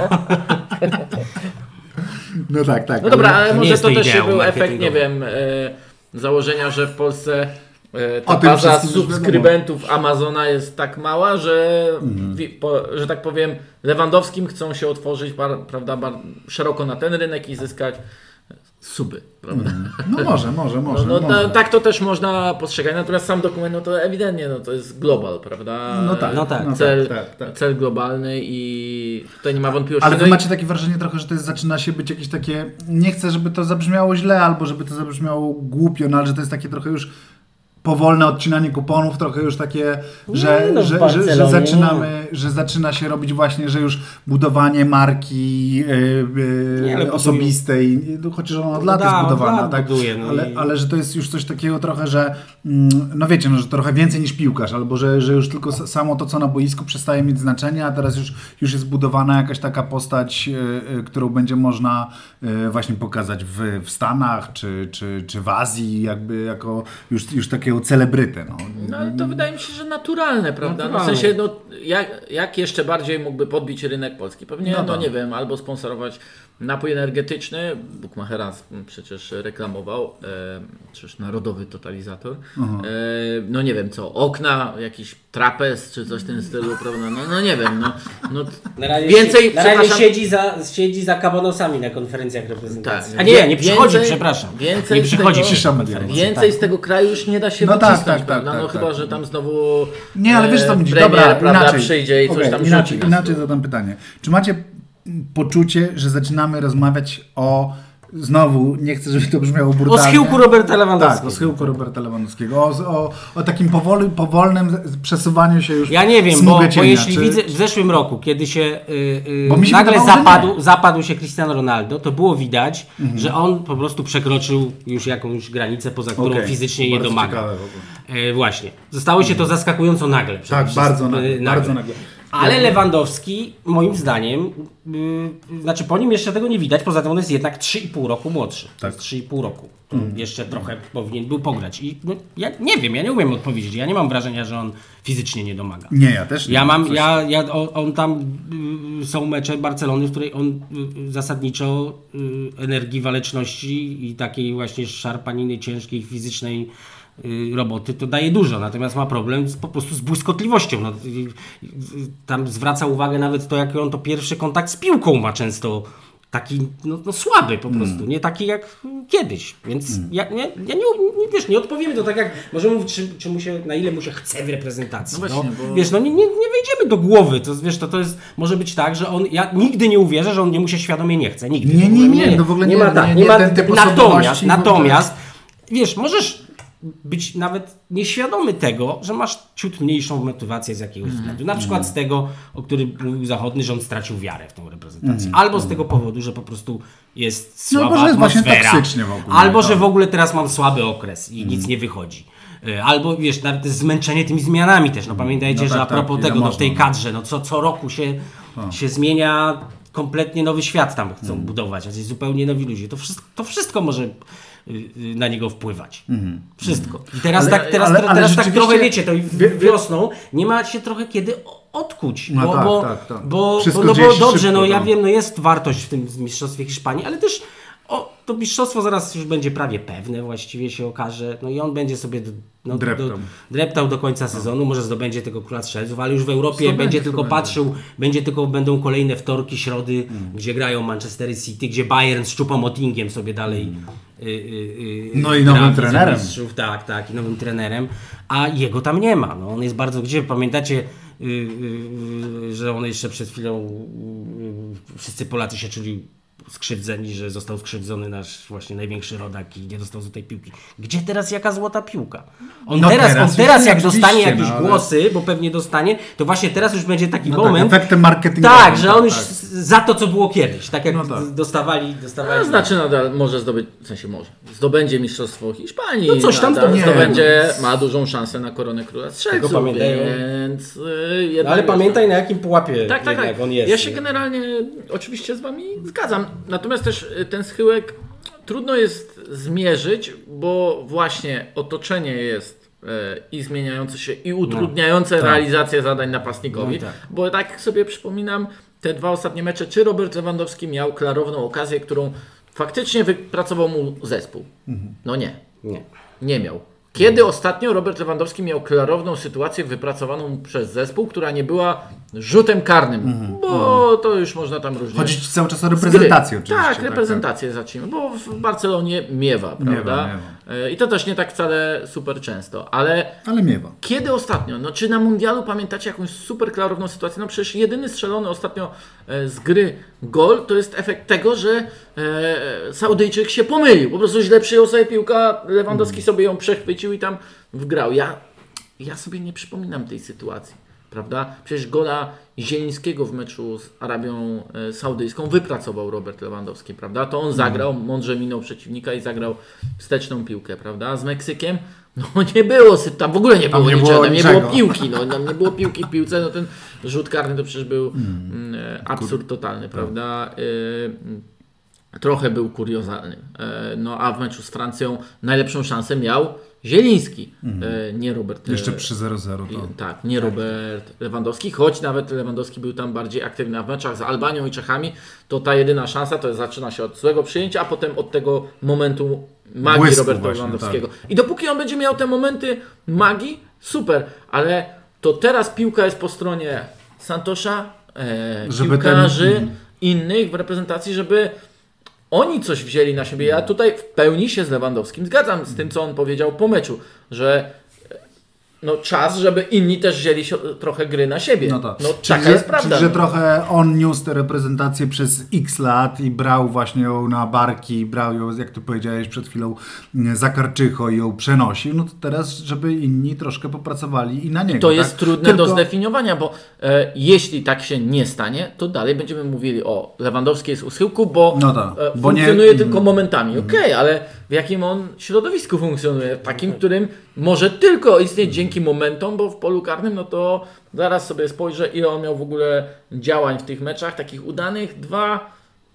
Speaker 1: No tak, tak.
Speaker 2: No dobra, ale
Speaker 3: to nie
Speaker 2: może
Speaker 3: jest
Speaker 2: to
Speaker 3: to
Speaker 2: też
Speaker 3: ideał
Speaker 2: był efekt,
Speaker 3: marketingowy.
Speaker 2: nie wiem, e, założenia, że w Polsce e, ta
Speaker 1: O tym
Speaker 2: baza
Speaker 1: wszystkim już
Speaker 2: subskrybentów Amazona jest tak mała, że,
Speaker 1: Mhm.
Speaker 2: wi, po, że tak powiem, Lewandowskim chcą się otworzyć bar, prawda, bar, szeroko na ten rynek i zyskać suby, prawda?
Speaker 1: No może, może, może.
Speaker 2: No, no,
Speaker 1: może.
Speaker 2: ta, tak to też można postrzegać, natomiast sam dokument, no to ewidentnie, no to jest global, prawda?
Speaker 1: No tak,
Speaker 3: no tak.
Speaker 1: no
Speaker 2: Cel,
Speaker 1: tak, tak, tak.
Speaker 2: cel globalny i tutaj nie ma wątpliwości.
Speaker 1: Ale
Speaker 2: No
Speaker 1: wy
Speaker 2: i-
Speaker 1: macie takie wrażenie trochę, że to jest, zaczyna się być jakieś takie, nie chcę, żeby to zabrzmiało źle, albo żeby to zabrzmiało głupio, no ale że to jest takie trochę już powolne odcinanie kuponów, trochę już takie, że,
Speaker 3: no w
Speaker 1: że, że, że,
Speaker 3: Barcelonie
Speaker 1: zaczynamy, że zaczyna się robić właśnie, że już budowanie marki yy, yy,
Speaker 3: Nie, ale budują-
Speaker 1: osobistej, no, chociaż ona od
Speaker 3: No
Speaker 1: lat
Speaker 3: da,
Speaker 1: jest
Speaker 3: od
Speaker 1: budowana,
Speaker 3: lat
Speaker 1: tak?
Speaker 3: buduje, no
Speaker 1: ale,
Speaker 3: i-
Speaker 1: ale że to jest już coś takiego trochę, że mm, no wiecie, no, że trochę więcej niż piłkarz, albo że, że już tylko s- samo to, co na boisku przestaje mieć znaczenie, a teraz już, już jest budowana jakaś taka postać, yy, yy, którą będzie można yy, właśnie pokazać w, w Stanach, czy, czy, czy w Azji, jakby jako już, już takiego celebrytę. No.
Speaker 2: No ale to wydaje mi się, że naturalne, prawda? No, w
Speaker 3: Naturalne.
Speaker 2: sensie, no jak, jak jeszcze bardziej mógłby podbić rynek polski? Pewnie,
Speaker 1: No
Speaker 2: no,
Speaker 1: tak.
Speaker 2: nie wiem, albo sponsorować napój energetyczny, Bukmachera przecież reklamował, e, przecież narodowy totalizator, e, no nie wiem co, okna, jakiś trapez, czy coś w tym stylu, prawda? No, no nie wiem, no, no
Speaker 3: Na razie,
Speaker 2: więcej,
Speaker 3: si- na razie
Speaker 2: przepraszam,
Speaker 3: siedzi, za, siedzi za kabanosami na konferencjach reprezentacji.
Speaker 2: Tak.
Speaker 3: A nie, nie
Speaker 2: Więcej-
Speaker 3: przychodzi, przepraszam.
Speaker 2: więcej
Speaker 3: nie
Speaker 2: z
Speaker 3: przychodzi.
Speaker 2: tego-
Speaker 1: Cisza medialna.
Speaker 2: Więcej z tego kraju już nie da się
Speaker 1: No tak,
Speaker 2: wycisnąć,
Speaker 1: tak,
Speaker 2: prawda?
Speaker 1: tak,
Speaker 2: no
Speaker 1: tak,
Speaker 2: chyba,
Speaker 1: tak.
Speaker 2: że tam znowu
Speaker 1: Nie, ale wiesz co
Speaker 2: e,
Speaker 1: mi
Speaker 2: premier,
Speaker 1: dobra,
Speaker 2: prawda,
Speaker 1: inaczej.
Speaker 2: przyjdzie i coś
Speaker 1: Okej,
Speaker 2: tam
Speaker 1: inaczej,
Speaker 2: rzuci na
Speaker 1: inaczej
Speaker 2: stół.
Speaker 1: zadam pytanie. Czy macie poczucie, że zaczynamy rozmawiać o, znowu, nie chcę, żeby to brzmiało
Speaker 3: O
Speaker 1: brutalnie.
Speaker 3: schyłku Roberta
Speaker 1: Tak,
Speaker 3: Lewandowskiego.
Speaker 1: o schyłku Roberta Lewandowskiego. O, o, o takim powoli, powolnym przesuwaniu się już
Speaker 3: Ja nie wiem, bo,
Speaker 1: smugę
Speaker 3: bo
Speaker 1: cienia,
Speaker 3: jeśli
Speaker 1: czy...
Speaker 3: widzę w zeszłym roku, kiedy się yy, yy,
Speaker 1: Bo mi się
Speaker 3: nagle
Speaker 1: wydawało, że
Speaker 3: zapadł, zapadł się Cristiano Ronaldo, to było widać,
Speaker 1: Mhm.
Speaker 3: że on po prostu przekroczył już jakąś granicę, poza którą
Speaker 1: Okej,
Speaker 3: fizycznie nie
Speaker 1: bardzo
Speaker 3: domaga.
Speaker 1: ciekawe w ogóle.
Speaker 3: E, właśnie. Zostało się to zaskakująco nagle.
Speaker 1: Tak,
Speaker 3: przede
Speaker 1: bardzo
Speaker 3: wszystkim,
Speaker 1: nagle,
Speaker 3: e,
Speaker 1: bardzo nagle.
Speaker 3: Ale Lewandowski, moim zdaniem, yy, znaczy po nim jeszcze tego nie widać, poza tym on jest jednak trzy i pół roku młodszy. To
Speaker 1: Tak.
Speaker 3: jest trzy i pół roku. To jeszcze trochę powinien był pograć. I no, ja nie wiem, ja nie umiem odpowiedzieć. Ja nie mam wrażenia, że on fizycznie nie domaga.
Speaker 1: Nie, ja też nie.
Speaker 3: Ja mam,
Speaker 1: Coś-
Speaker 3: ja, ja, on, on tam y, są mecze Barcelony, w której on y, zasadniczo y, energii waleczności i takiej właśnie szarpaniny ciężkiej, fizycznej y, roboty to daje dużo, natomiast ma problem z, po prostu z błyskotliwością. No, y, y, tam zwraca uwagę nawet to, jaki on to pierwszy kontakt z piłką ma często. Taki no, no słaby po prostu,
Speaker 1: Mm.
Speaker 3: nie taki jak kiedyś, więc ja, ja, ja nie, nie, wiesz, nie odpowiemy to tak jak, możemy mówić, czy, czy mu się, na ile mu się chce w reprezentacji.
Speaker 2: No właśnie, bo-
Speaker 3: Wiesz, no nie, nie, nie wejdziemy do głowy, to wiesz, to, to jest, może być tak, że on, ja nigdy nie uwierzę, że on nie mu się świadomie nie chce, nigdy.
Speaker 1: Nie,
Speaker 3: W ogóle
Speaker 1: nie, nie, no w ogóle nie,
Speaker 3: ma
Speaker 1: nie,
Speaker 3: tak,
Speaker 1: nie,
Speaker 3: nie ma,
Speaker 1: ten typ
Speaker 3: natomiast,
Speaker 1: osobowości w ogóle.
Speaker 3: natomiast, wiesz, możesz być nawet nieświadomy tego, że masz ciut mniejszą motywację z jakiegoś
Speaker 1: Mhm.
Speaker 3: względu. Na przykład z tego, o którym mówił Zachodny, że on stracił wiarę w tą reprezentację.
Speaker 1: Mhm.
Speaker 3: Albo z tego powodu, że po prostu jest
Speaker 1: No,
Speaker 3: słaba
Speaker 1: bo że jest właśnie
Speaker 3: atmosfera.
Speaker 1: toksycznie w ogóle,
Speaker 3: Albo, że
Speaker 1: tak.
Speaker 3: w ogóle teraz mam słaby okres i
Speaker 1: Mhm.
Speaker 3: nic nie wychodzi. Y, Albo wiesz, nawet zmęczenie tymi zmianami też. No pamiętajcie,
Speaker 1: No
Speaker 3: że
Speaker 1: tak,
Speaker 3: a propos
Speaker 1: tak, ile
Speaker 3: tego, no w tej
Speaker 1: można.
Speaker 3: kadrze, no co, co roku się, się zmienia kompletnie nowy świat tam chcą mm. budować, a jest zupełnie nowi ludzie. To wszystko, to wszystko może na niego wpływać. Mm. Wszystko. I teraz
Speaker 1: ale,
Speaker 3: tak, teraz,
Speaker 1: ale, ale
Speaker 3: teraz tak
Speaker 1: rzeczywiście...
Speaker 3: trochę, wiecie, to wiosną nie ma się trochę kiedy odkuć.
Speaker 1: No
Speaker 3: bo,
Speaker 1: tak,
Speaker 3: bo,
Speaker 1: tak, tak.
Speaker 3: bo, bo, no bo dobrze, szybko, no ja no. wiem, no jest wartość w tym mistrzostwie Hiszpanii, ale też o, to mistrzostwo zaraz już będzie prawie pewne, właściwie się okaże, no i on będzie sobie do, no,
Speaker 1: dreptał.
Speaker 3: Do, dreptał do końca sezonu, no. może zdobędzie tego króla strzelców, ale już w Europie
Speaker 1: zdobędzie,
Speaker 3: będzie tylko
Speaker 1: zdobędzie.
Speaker 3: patrzył, będzie tylko, będą kolejne wtorki, środy, mm. gdzie grają Manchester City, gdzie Bayern z Choupo-Motingiem sobie dalej mm. y, y, y,
Speaker 1: no i nowym trenerem.
Speaker 3: Mistrzów, tak, tak, i nowym trenerem, a jego tam nie ma, no on jest bardzo, gdzie pamiętacie, y, y, y, że on jeszcze przed chwilą y, y, wszyscy Polacy się czuli skrzywdzeni, że został skrzywdzony nasz właśnie największy rodak i nie dostał złotej piłki. Gdzie teraz jaka złota piłka? On
Speaker 1: no
Speaker 3: teraz,
Speaker 1: teraz,
Speaker 3: on teraz jak dostanie
Speaker 1: no,
Speaker 3: jakieś
Speaker 1: ale...
Speaker 3: głosy, bo pewnie dostanie, to właśnie teraz już będzie taki
Speaker 1: no
Speaker 3: moment.
Speaker 1: Tak, efektem marketingowym.
Speaker 3: Tak, że on
Speaker 1: tak,
Speaker 3: już
Speaker 1: tak.
Speaker 3: za to, co było kiedyś. Tak jak
Speaker 1: no tak.
Speaker 3: dostawali, dostawali.
Speaker 2: No, znaczy nadal może zdobyć, w sensie może, zdobędzie mistrzostwo Hiszpanii.
Speaker 3: No coś tam
Speaker 2: nadal
Speaker 3: nie,
Speaker 2: zdobędzie, ma dużą szansę na koronę króla strzelców,
Speaker 3: więc...
Speaker 2: Yy,
Speaker 3: no, ale pamiętaj na jakim pułapie
Speaker 2: tak, tak, tak.
Speaker 3: on jest.
Speaker 2: Ja się generalnie oczywiście z wami zgadzam. Natomiast też ten schyłek trudno jest zmierzyć, bo właśnie otoczenie jest e, i zmieniające się, i utrudniające no, tak. realizację zadań napastnikowi. No, tak. Bo tak sobie przypominam te dwa ostatnie mecze, czy Robert Lewandowski miał klarowną okazję, którą faktycznie wypracował mu zespół? Mhm. No nie.
Speaker 3: Nie.
Speaker 2: Nie miał. Kiedy ostatnio Robert Lewandowski miał klarowną sytuację wypracowaną przez zespół, która nie była rzutem karnym, mm-hmm. bo to już można tam różnie...
Speaker 1: Chodzi cały czas o reprezentację oczywiście.
Speaker 2: Tak, reprezentację tak, tak. zacznijmy, bo w Barcelonie miewa, prawda?
Speaker 1: Miewa, miewa.
Speaker 2: I to też nie tak wcale super często, ale...
Speaker 1: Ale miewa.
Speaker 2: Kiedy ostatnio? No czy na mundialu pamiętacie jakąś super klarowną sytuację? No przecież jedyny strzelony ostatnio z gry gol to jest efekt tego, że e, Saudyjczyk się pomylił. Po prostu źle przyjął sobie piłkę, Lewandowski mm. sobie ją przechwycił i tam wgrał. Ja, ja sobie nie przypominam tej sytuacji, prawda? Przecież gola Zielińskiego w meczu z Arabią Saudyjską wypracował Robert Lewandowski, prawda? To on zagrał, mądrze minął przeciwnika i zagrał wsteczną piłkę, prawda? Z Meksykiem, no nie było, tam w ogóle nie było
Speaker 1: nie
Speaker 2: niczego,
Speaker 1: było
Speaker 2: tam nie
Speaker 1: niczego.
Speaker 2: było piłki, no tam nie było piłki w piłce, no ten rzut karny to przecież był mm. absurd totalny, prawda? Y, trochę był kuriozalny. Y, no a w meczu z Francją najlepszą szansę miał Zieliński, mm. y, nie Robert.
Speaker 1: Jeszcze przy zero zero. To...
Speaker 2: Tak, nie Robert Lewandowski, choć nawet Lewandowski był tam bardziej aktywny, a w meczach z Albanią i Czechami to ta jedyna szansa to zaczyna się od złego przyjęcia, a potem od tego momentu magii Błysku Roberta właśnie, Lewandowskiego. Tak. I dopóki on będzie miał te momenty magii, super, ale to teraz piłka jest po stronie Santosza, e, piłkarzy ten... innych w reprezentacji, żeby oni coś wzięli na siebie. Ja tutaj w pełni się z Lewandowskim zgadzam z tym, co on powiedział po meczu, że no czas, żeby inni też wzięli się, trochę gry na siebie. No, tak. no
Speaker 1: czyli,
Speaker 2: taka jest prawda.
Speaker 1: Czyli, że
Speaker 2: no.
Speaker 1: trochę on niósł tę reprezentację przez x lat i brał właśnie ją na barki, brał ją, jak ty powiedziałeś przed chwilą, za karczycho i ją przenosił. No to teraz, żeby inni troszkę popracowali i na niego.
Speaker 2: I to
Speaker 1: tak?
Speaker 2: jest trudne
Speaker 1: Tylko...
Speaker 2: do zdefiniowania, bo e, jeśli tak się nie stanie, to dalej będziemy mówili o Lewandowski jest u schyłku, bo,
Speaker 1: no tak,
Speaker 2: e,
Speaker 1: bo
Speaker 2: funkcjonuje
Speaker 1: nie...
Speaker 2: tylko momentami. Okej, okay, ale w jakim on środowisku funkcjonuje? W takim, którym może tylko istnieć dzięki momentom, bo w polu karnym, no to zaraz sobie spojrzę, ile on miał w ogóle działań w tych meczach, takich udanych, dwa,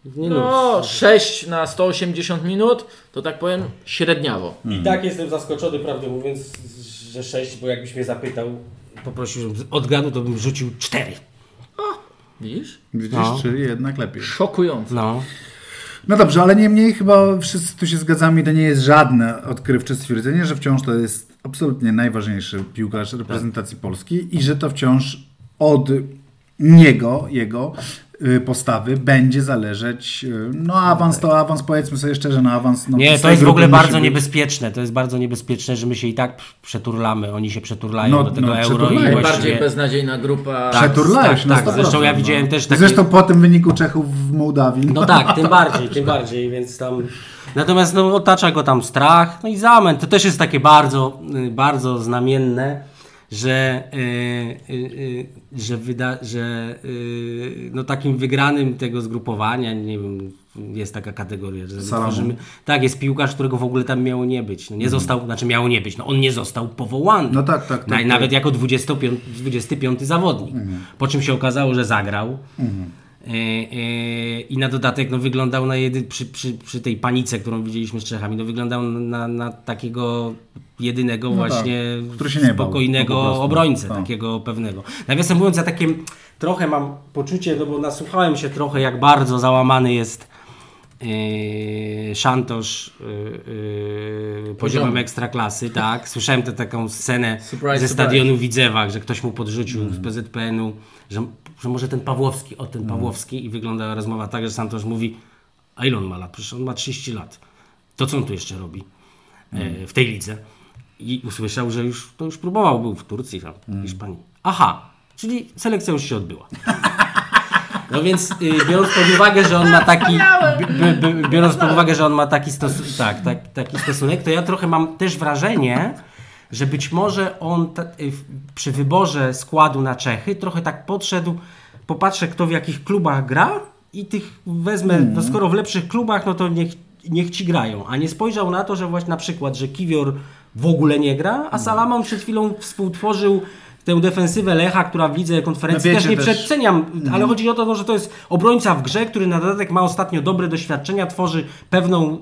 Speaker 2: no sześć na sto osiemdziesiąt minut, to tak powiem średniawo.
Speaker 3: I tak jestem zaskoczony, prawdę mówiąc, że sześć, bo jakbyś mnie zapytał, poprosił, żebym odgadł, to bym rzucił cztery.
Speaker 2: O, widzisz?
Speaker 1: Widzisz,
Speaker 3: no.
Speaker 1: czyli jednak lepiej.
Speaker 2: Szokujące.
Speaker 3: No.
Speaker 1: No dobrze, ale niemniej chyba wszyscy tu się zgadzamy, to nie jest żadne odkrywcze stwierdzenie, że wciąż to jest absolutnie najważniejszy piłkarz reprezentacji Polski i że to wciąż od niego, jego postawy będzie zależeć, no awans to awans, powiedzmy sobie szczerze, no awans... No,
Speaker 3: nie, to jest w ogóle bardzo być... niebezpieczne, to jest bardzo niebezpieczne, że my się i tak przeturlamy, oni się przeturlają
Speaker 1: no,
Speaker 3: do tego
Speaker 1: no,
Speaker 3: euro. I
Speaker 2: najbardziej
Speaker 3: właściwie...
Speaker 2: beznadziejna grupa...
Speaker 3: Tak,
Speaker 1: przeturlają się,
Speaker 3: tak,
Speaker 1: no
Speaker 3: tak. Zresztą ja widziałem
Speaker 1: no.
Speaker 3: też takie...
Speaker 1: Zresztą po tym wyniku Czechów w Mołdawii.
Speaker 3: No tak, tym bardziej, tym bardziej, więc tam... Natomiast no, otacza go tam strach, no i zamęt, to też jest takie bardzo, bardzo znamienne, że, yy, yy, że, wyda, że yy, no takim wygranym tego zgrupowania, nie wiem, jest taka kategoria, że tworzymy, tak, jest piłkarz, którego w ogóle tam miało nie być. No nie mm. został, znaczy miało nie być, no on nie został powołany.
Speaker 1: No tak, tak. tak,
Speaker 3: Nawet
Speaker 1: tak.
Speaker 3: jako dwudziesty piąty zawodnik. Mm. Po czym się okazało, że zagrał. Mm. I na dodatek no, wyglądał na jedy, przy, przy, przy tej panice, którą widzieliśmy z Czechami, no, wyglądał na, na takiego jedynego no właśnie
Speaker 1: tak, który się nie
Speaker 3: spokojnego
Speaker 1: bał,
Speaker 3: obrońcę,
Speaker 1: tak.
Speaker 3: takiego pewnego. Nawiasem mówiąc, ja takie trochę mam poczucie, no bo nasłuchałem się trochę, jak bardzo załamany jest Yy, Szantosz yy, yy, poziomem ekstraklasy, tak. Słyszałem tę taką scenę
Speaker 2: surprise,
Speaker 3: ze
Speaker 2: surprise.
Speaker 3: stadionu w Widzewach, że ktoś mu podrzucił
Speaker 1: Mm.
Speaker 3: z P Z P N-u, że, że może ten Pawłowski, o ten
Speaker 1: Mm.
Speaker 3: Pawłowski i wygląda rozmowa tak, że Szantosz mówi, a ile on ma lat? Przecież on ma trzydzieści lat. To co on tu jeszcze robi
Speaker 1: Mm.
Speaker 3: yy, w tej lidze? I usłyszał, że już, to już próbował, był w Turcji, tam, w
Speaker 1: Mm.
Speaker 3: Hiszpanii. Aha, czyli selekcja już się odbyła. No więc y, biorąc pod uwagę, że on ma taki b, b, biorąc pod uwagę, że on ma taki, stos, tak, tak, taki stosunek, to ja trochę mam też wrażenie, że być może on ta, y, przy wyborze składu na Czechy trochę tak podszedł, popatrzę kto w jakich klubach gra i tych wezmę, no skoro w lepszych klubach, no to niech, niech ci grają, a nie spojrzał na to, że właśnie na przykład, że Kiwior w ogóle nie gra, a Salamon przed chwilą współtworzył tę defensywę Lecha, która w lidze konferencji
Speaker 1: no
Speaker 3: też nie
Speaker 1: też...
Speaker 3: przeceniam, ale chodzi o to, no, że to jest obrońca w grze, który na dodatek ma ostatnio dobre doświadczenia, tworzy pewną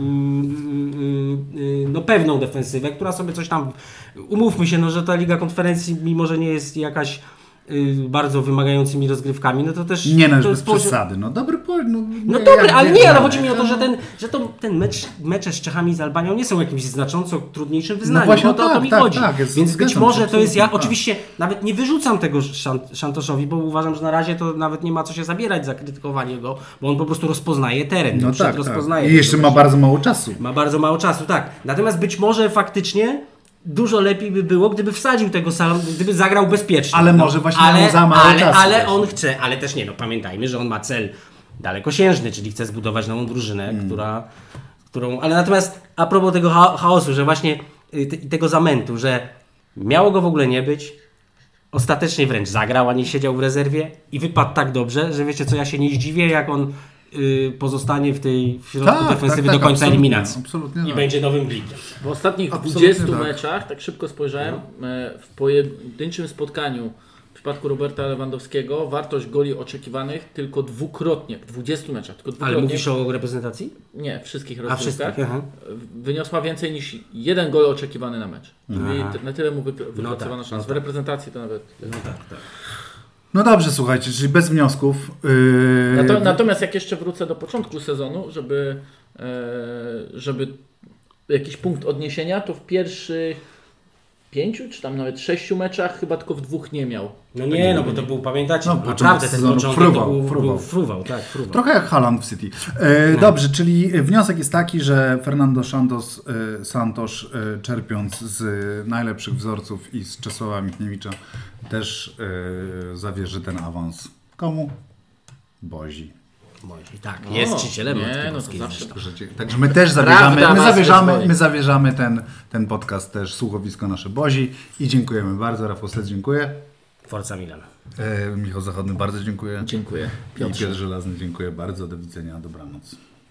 Speaker 3: yy, yy, yy, no pewną defensywę, która sobie coś tam, umówmy się, no, że ta liga konferencji, mimo że nie jest jakaś yy, bardzo wymagającymi rozgrywkami, no to też...
Speaker 1: Nie no,
Speaker 3: to
Speaker 1: bez
Speaker 3: jest
Speaker 1: przesady, no dobry po... No,
Speaker 3: no
Speaker 1: nie,
Speaker 3: dobry,
Speaker 1: jak
Speaker 3: ale
Speaker 1: nie,
Speaker 3: nie, ale
Speaker 1: no,
Speaker 3: chodzi mi o to,
Speaker 1: no.
Speaker 3: że ten, że to, ten mecz, mecze z Czechami z Albanią nie są jakimś znacząco trudniejszym wyznaniem,
Speaker 1: No właśnie,
Speaker 3: bo to o to
Speaker 1: tak,
Speaker 3: mi
Speaker 1: tak,
Speaker 3: chodzi.
Speaker 1: tak, jest-
Speaker 3: Więc być
Speaker 1: zgadzam
Speaker 3: może
Speaker 1: się,
Speaker 3: to jest, ja
Speaker 1: absolutnie, tak.
Speaker 3: oczywiście nawet nie wyrzucam tego Szan- Szantoszowi, bo uważam, że na razie to nawet nie ma co się zabierać za krytykowanie go, bo on po prostu rozpoznaje teren,
Speaker 1: No
Speaker 3: no
Speaker 1: tak,
Speaker 3: rozpoznaje.
Speaker 1: tak. I jeszcze ma bardzo mało czasu.
Speaker 3: Ma bardzo mało czasu, tak. Natomiast być może faktycznie dużo lepiej by było, gdyby wsadził tego salon, gdyby zagrał bezpiecznie.
Speaker 1: Ale
Speaker 3: no,
Speaker 1: może właśnie
Speaker 3: ale,
Speaker 1: miał za mało
Speaker 3: ale,
Speaker 1: czasu
Speaker 3: Ale
Speaker 1: właśnie.
Speaker 3: on chce, ale też nie, no pamiętajmy, że on ma cel dalekosiężny, czyli chce zbudować nową drużynę,
Speaker 1: Mm.
Speaker 3: która, którą... Ale natomiast a propos tego cha- chaosu, że właśnie y, te, tego zamętu, że miało go w ogóle nie być, ostatecznie wręcz zagrał, a nie siedział w rezerwie i wypadł tak dobrze, że wiecie co, ja się nie zdziwię, jak on y, pozostanie w tej w środku
Speaker 1: Tak,
Speaker 3: defensywy
Speaker 1: tak, tak,
Speaker 3: do końca
Speaker 1: absolutnie,
Speaker 3: eliminacji.
Speaker 1: absolutnie
Speaker 3: I
Speaker 1: tak.
Speaker 3: będzie nowym glikiem.
Speaker 2: W ostatnich
Speaker 1: Absolutnie
Speaker 2: dwudziestu
Speaker 1: tak.
Speaker 2: meczach, tak szybko spojrzałem, e, w pojedynczym spotkaniu w przypadku Roberta Lewandowskiego wartość goli oczekiwanych tylko dwukrotnie, w dwudziestu meczach, tylko dwukrotnie.
Speaker 3: Ale mówisz o reprezentacji?
Speaker 2: Nie, wszystkich
Speaker 3: A
Speaker 2: rozgrywkach.
Speaker 3: wszystkich, aha.
Speaker 2: Wyniosła więcej niż jeden gol oczekiwany na mecz. Czyli
Speaker 3: Aha.
Speaker 2: t- na tyle mu wykra- wypracowano
Speaker 3: tak,
Speaker 2: szans. W reprezentacji to nawet...
Speaker 3: No tak, tak.
Speaker 1: No dobrze, słuchajcie, czyli bez wniosków. Yy...
Speaker 2: Nato- Natomiast jak jeszcze wrócę do początku sezonu, żeby, e, żeby jakiś punkt odniesienia, to w pierwszych pięciu, czy tam nawet sześciu meczach chyba tylko w dwóch nie miał.
Speaker 3: No nie, no bo to był, pamiętacie,
Speaker 1: No,
Speaker 3: naprawdę
Speaker 1: początek
Speaker 3: ten
Speaker 1: sezonu
Speaker 3: początek
Speaker 1: fruwał,
Speaker 3: to był,
Speaker 1: fruwał.
Speaker 3: był fruwał, tak, fruwał.
Speaker 1: Trochę jak Haaland w City. E, dobrze, czyli wniosek jest taki, że Fernando Santos, e, Santos e, czerpiąc z najlepszych wzorców i z Czesława Michniewicza też e, zawierzy ten awans. Komu? Bozi.
Speaker 3: Mozi, tak, jest
Speaker 2: O,
Speaker 3: czcicielem
Speaker 2: nie,
Speaker 3: Matki
Speaker 2: no to
Speaker 3: Boskiej
Speaker 2: zawsze
Speaker 3: zresztą.
Speaker 1: Życie. Także my też zawierzamy,
Speaker 2: Prawda
Speaker 1: my
Speaker 2: ma
Speaker 1: zawierzamy,
Speaker 2: swoje.
Speaker 1: my zawierzamy ten, ten podcast też, słuchowisko nasze Bozi i dziękujemy bardzo. Rafał Sec, dziękuję.
Speaker 3: Forza Milan.
Speaker 1: E, Michał Zachodny, bardzo dziękuję.
Speaker 2: Dziękuję.
Speaker 1: I Piotr Żelazny, dziękuję bardzo. Do widzenia, dobranoc.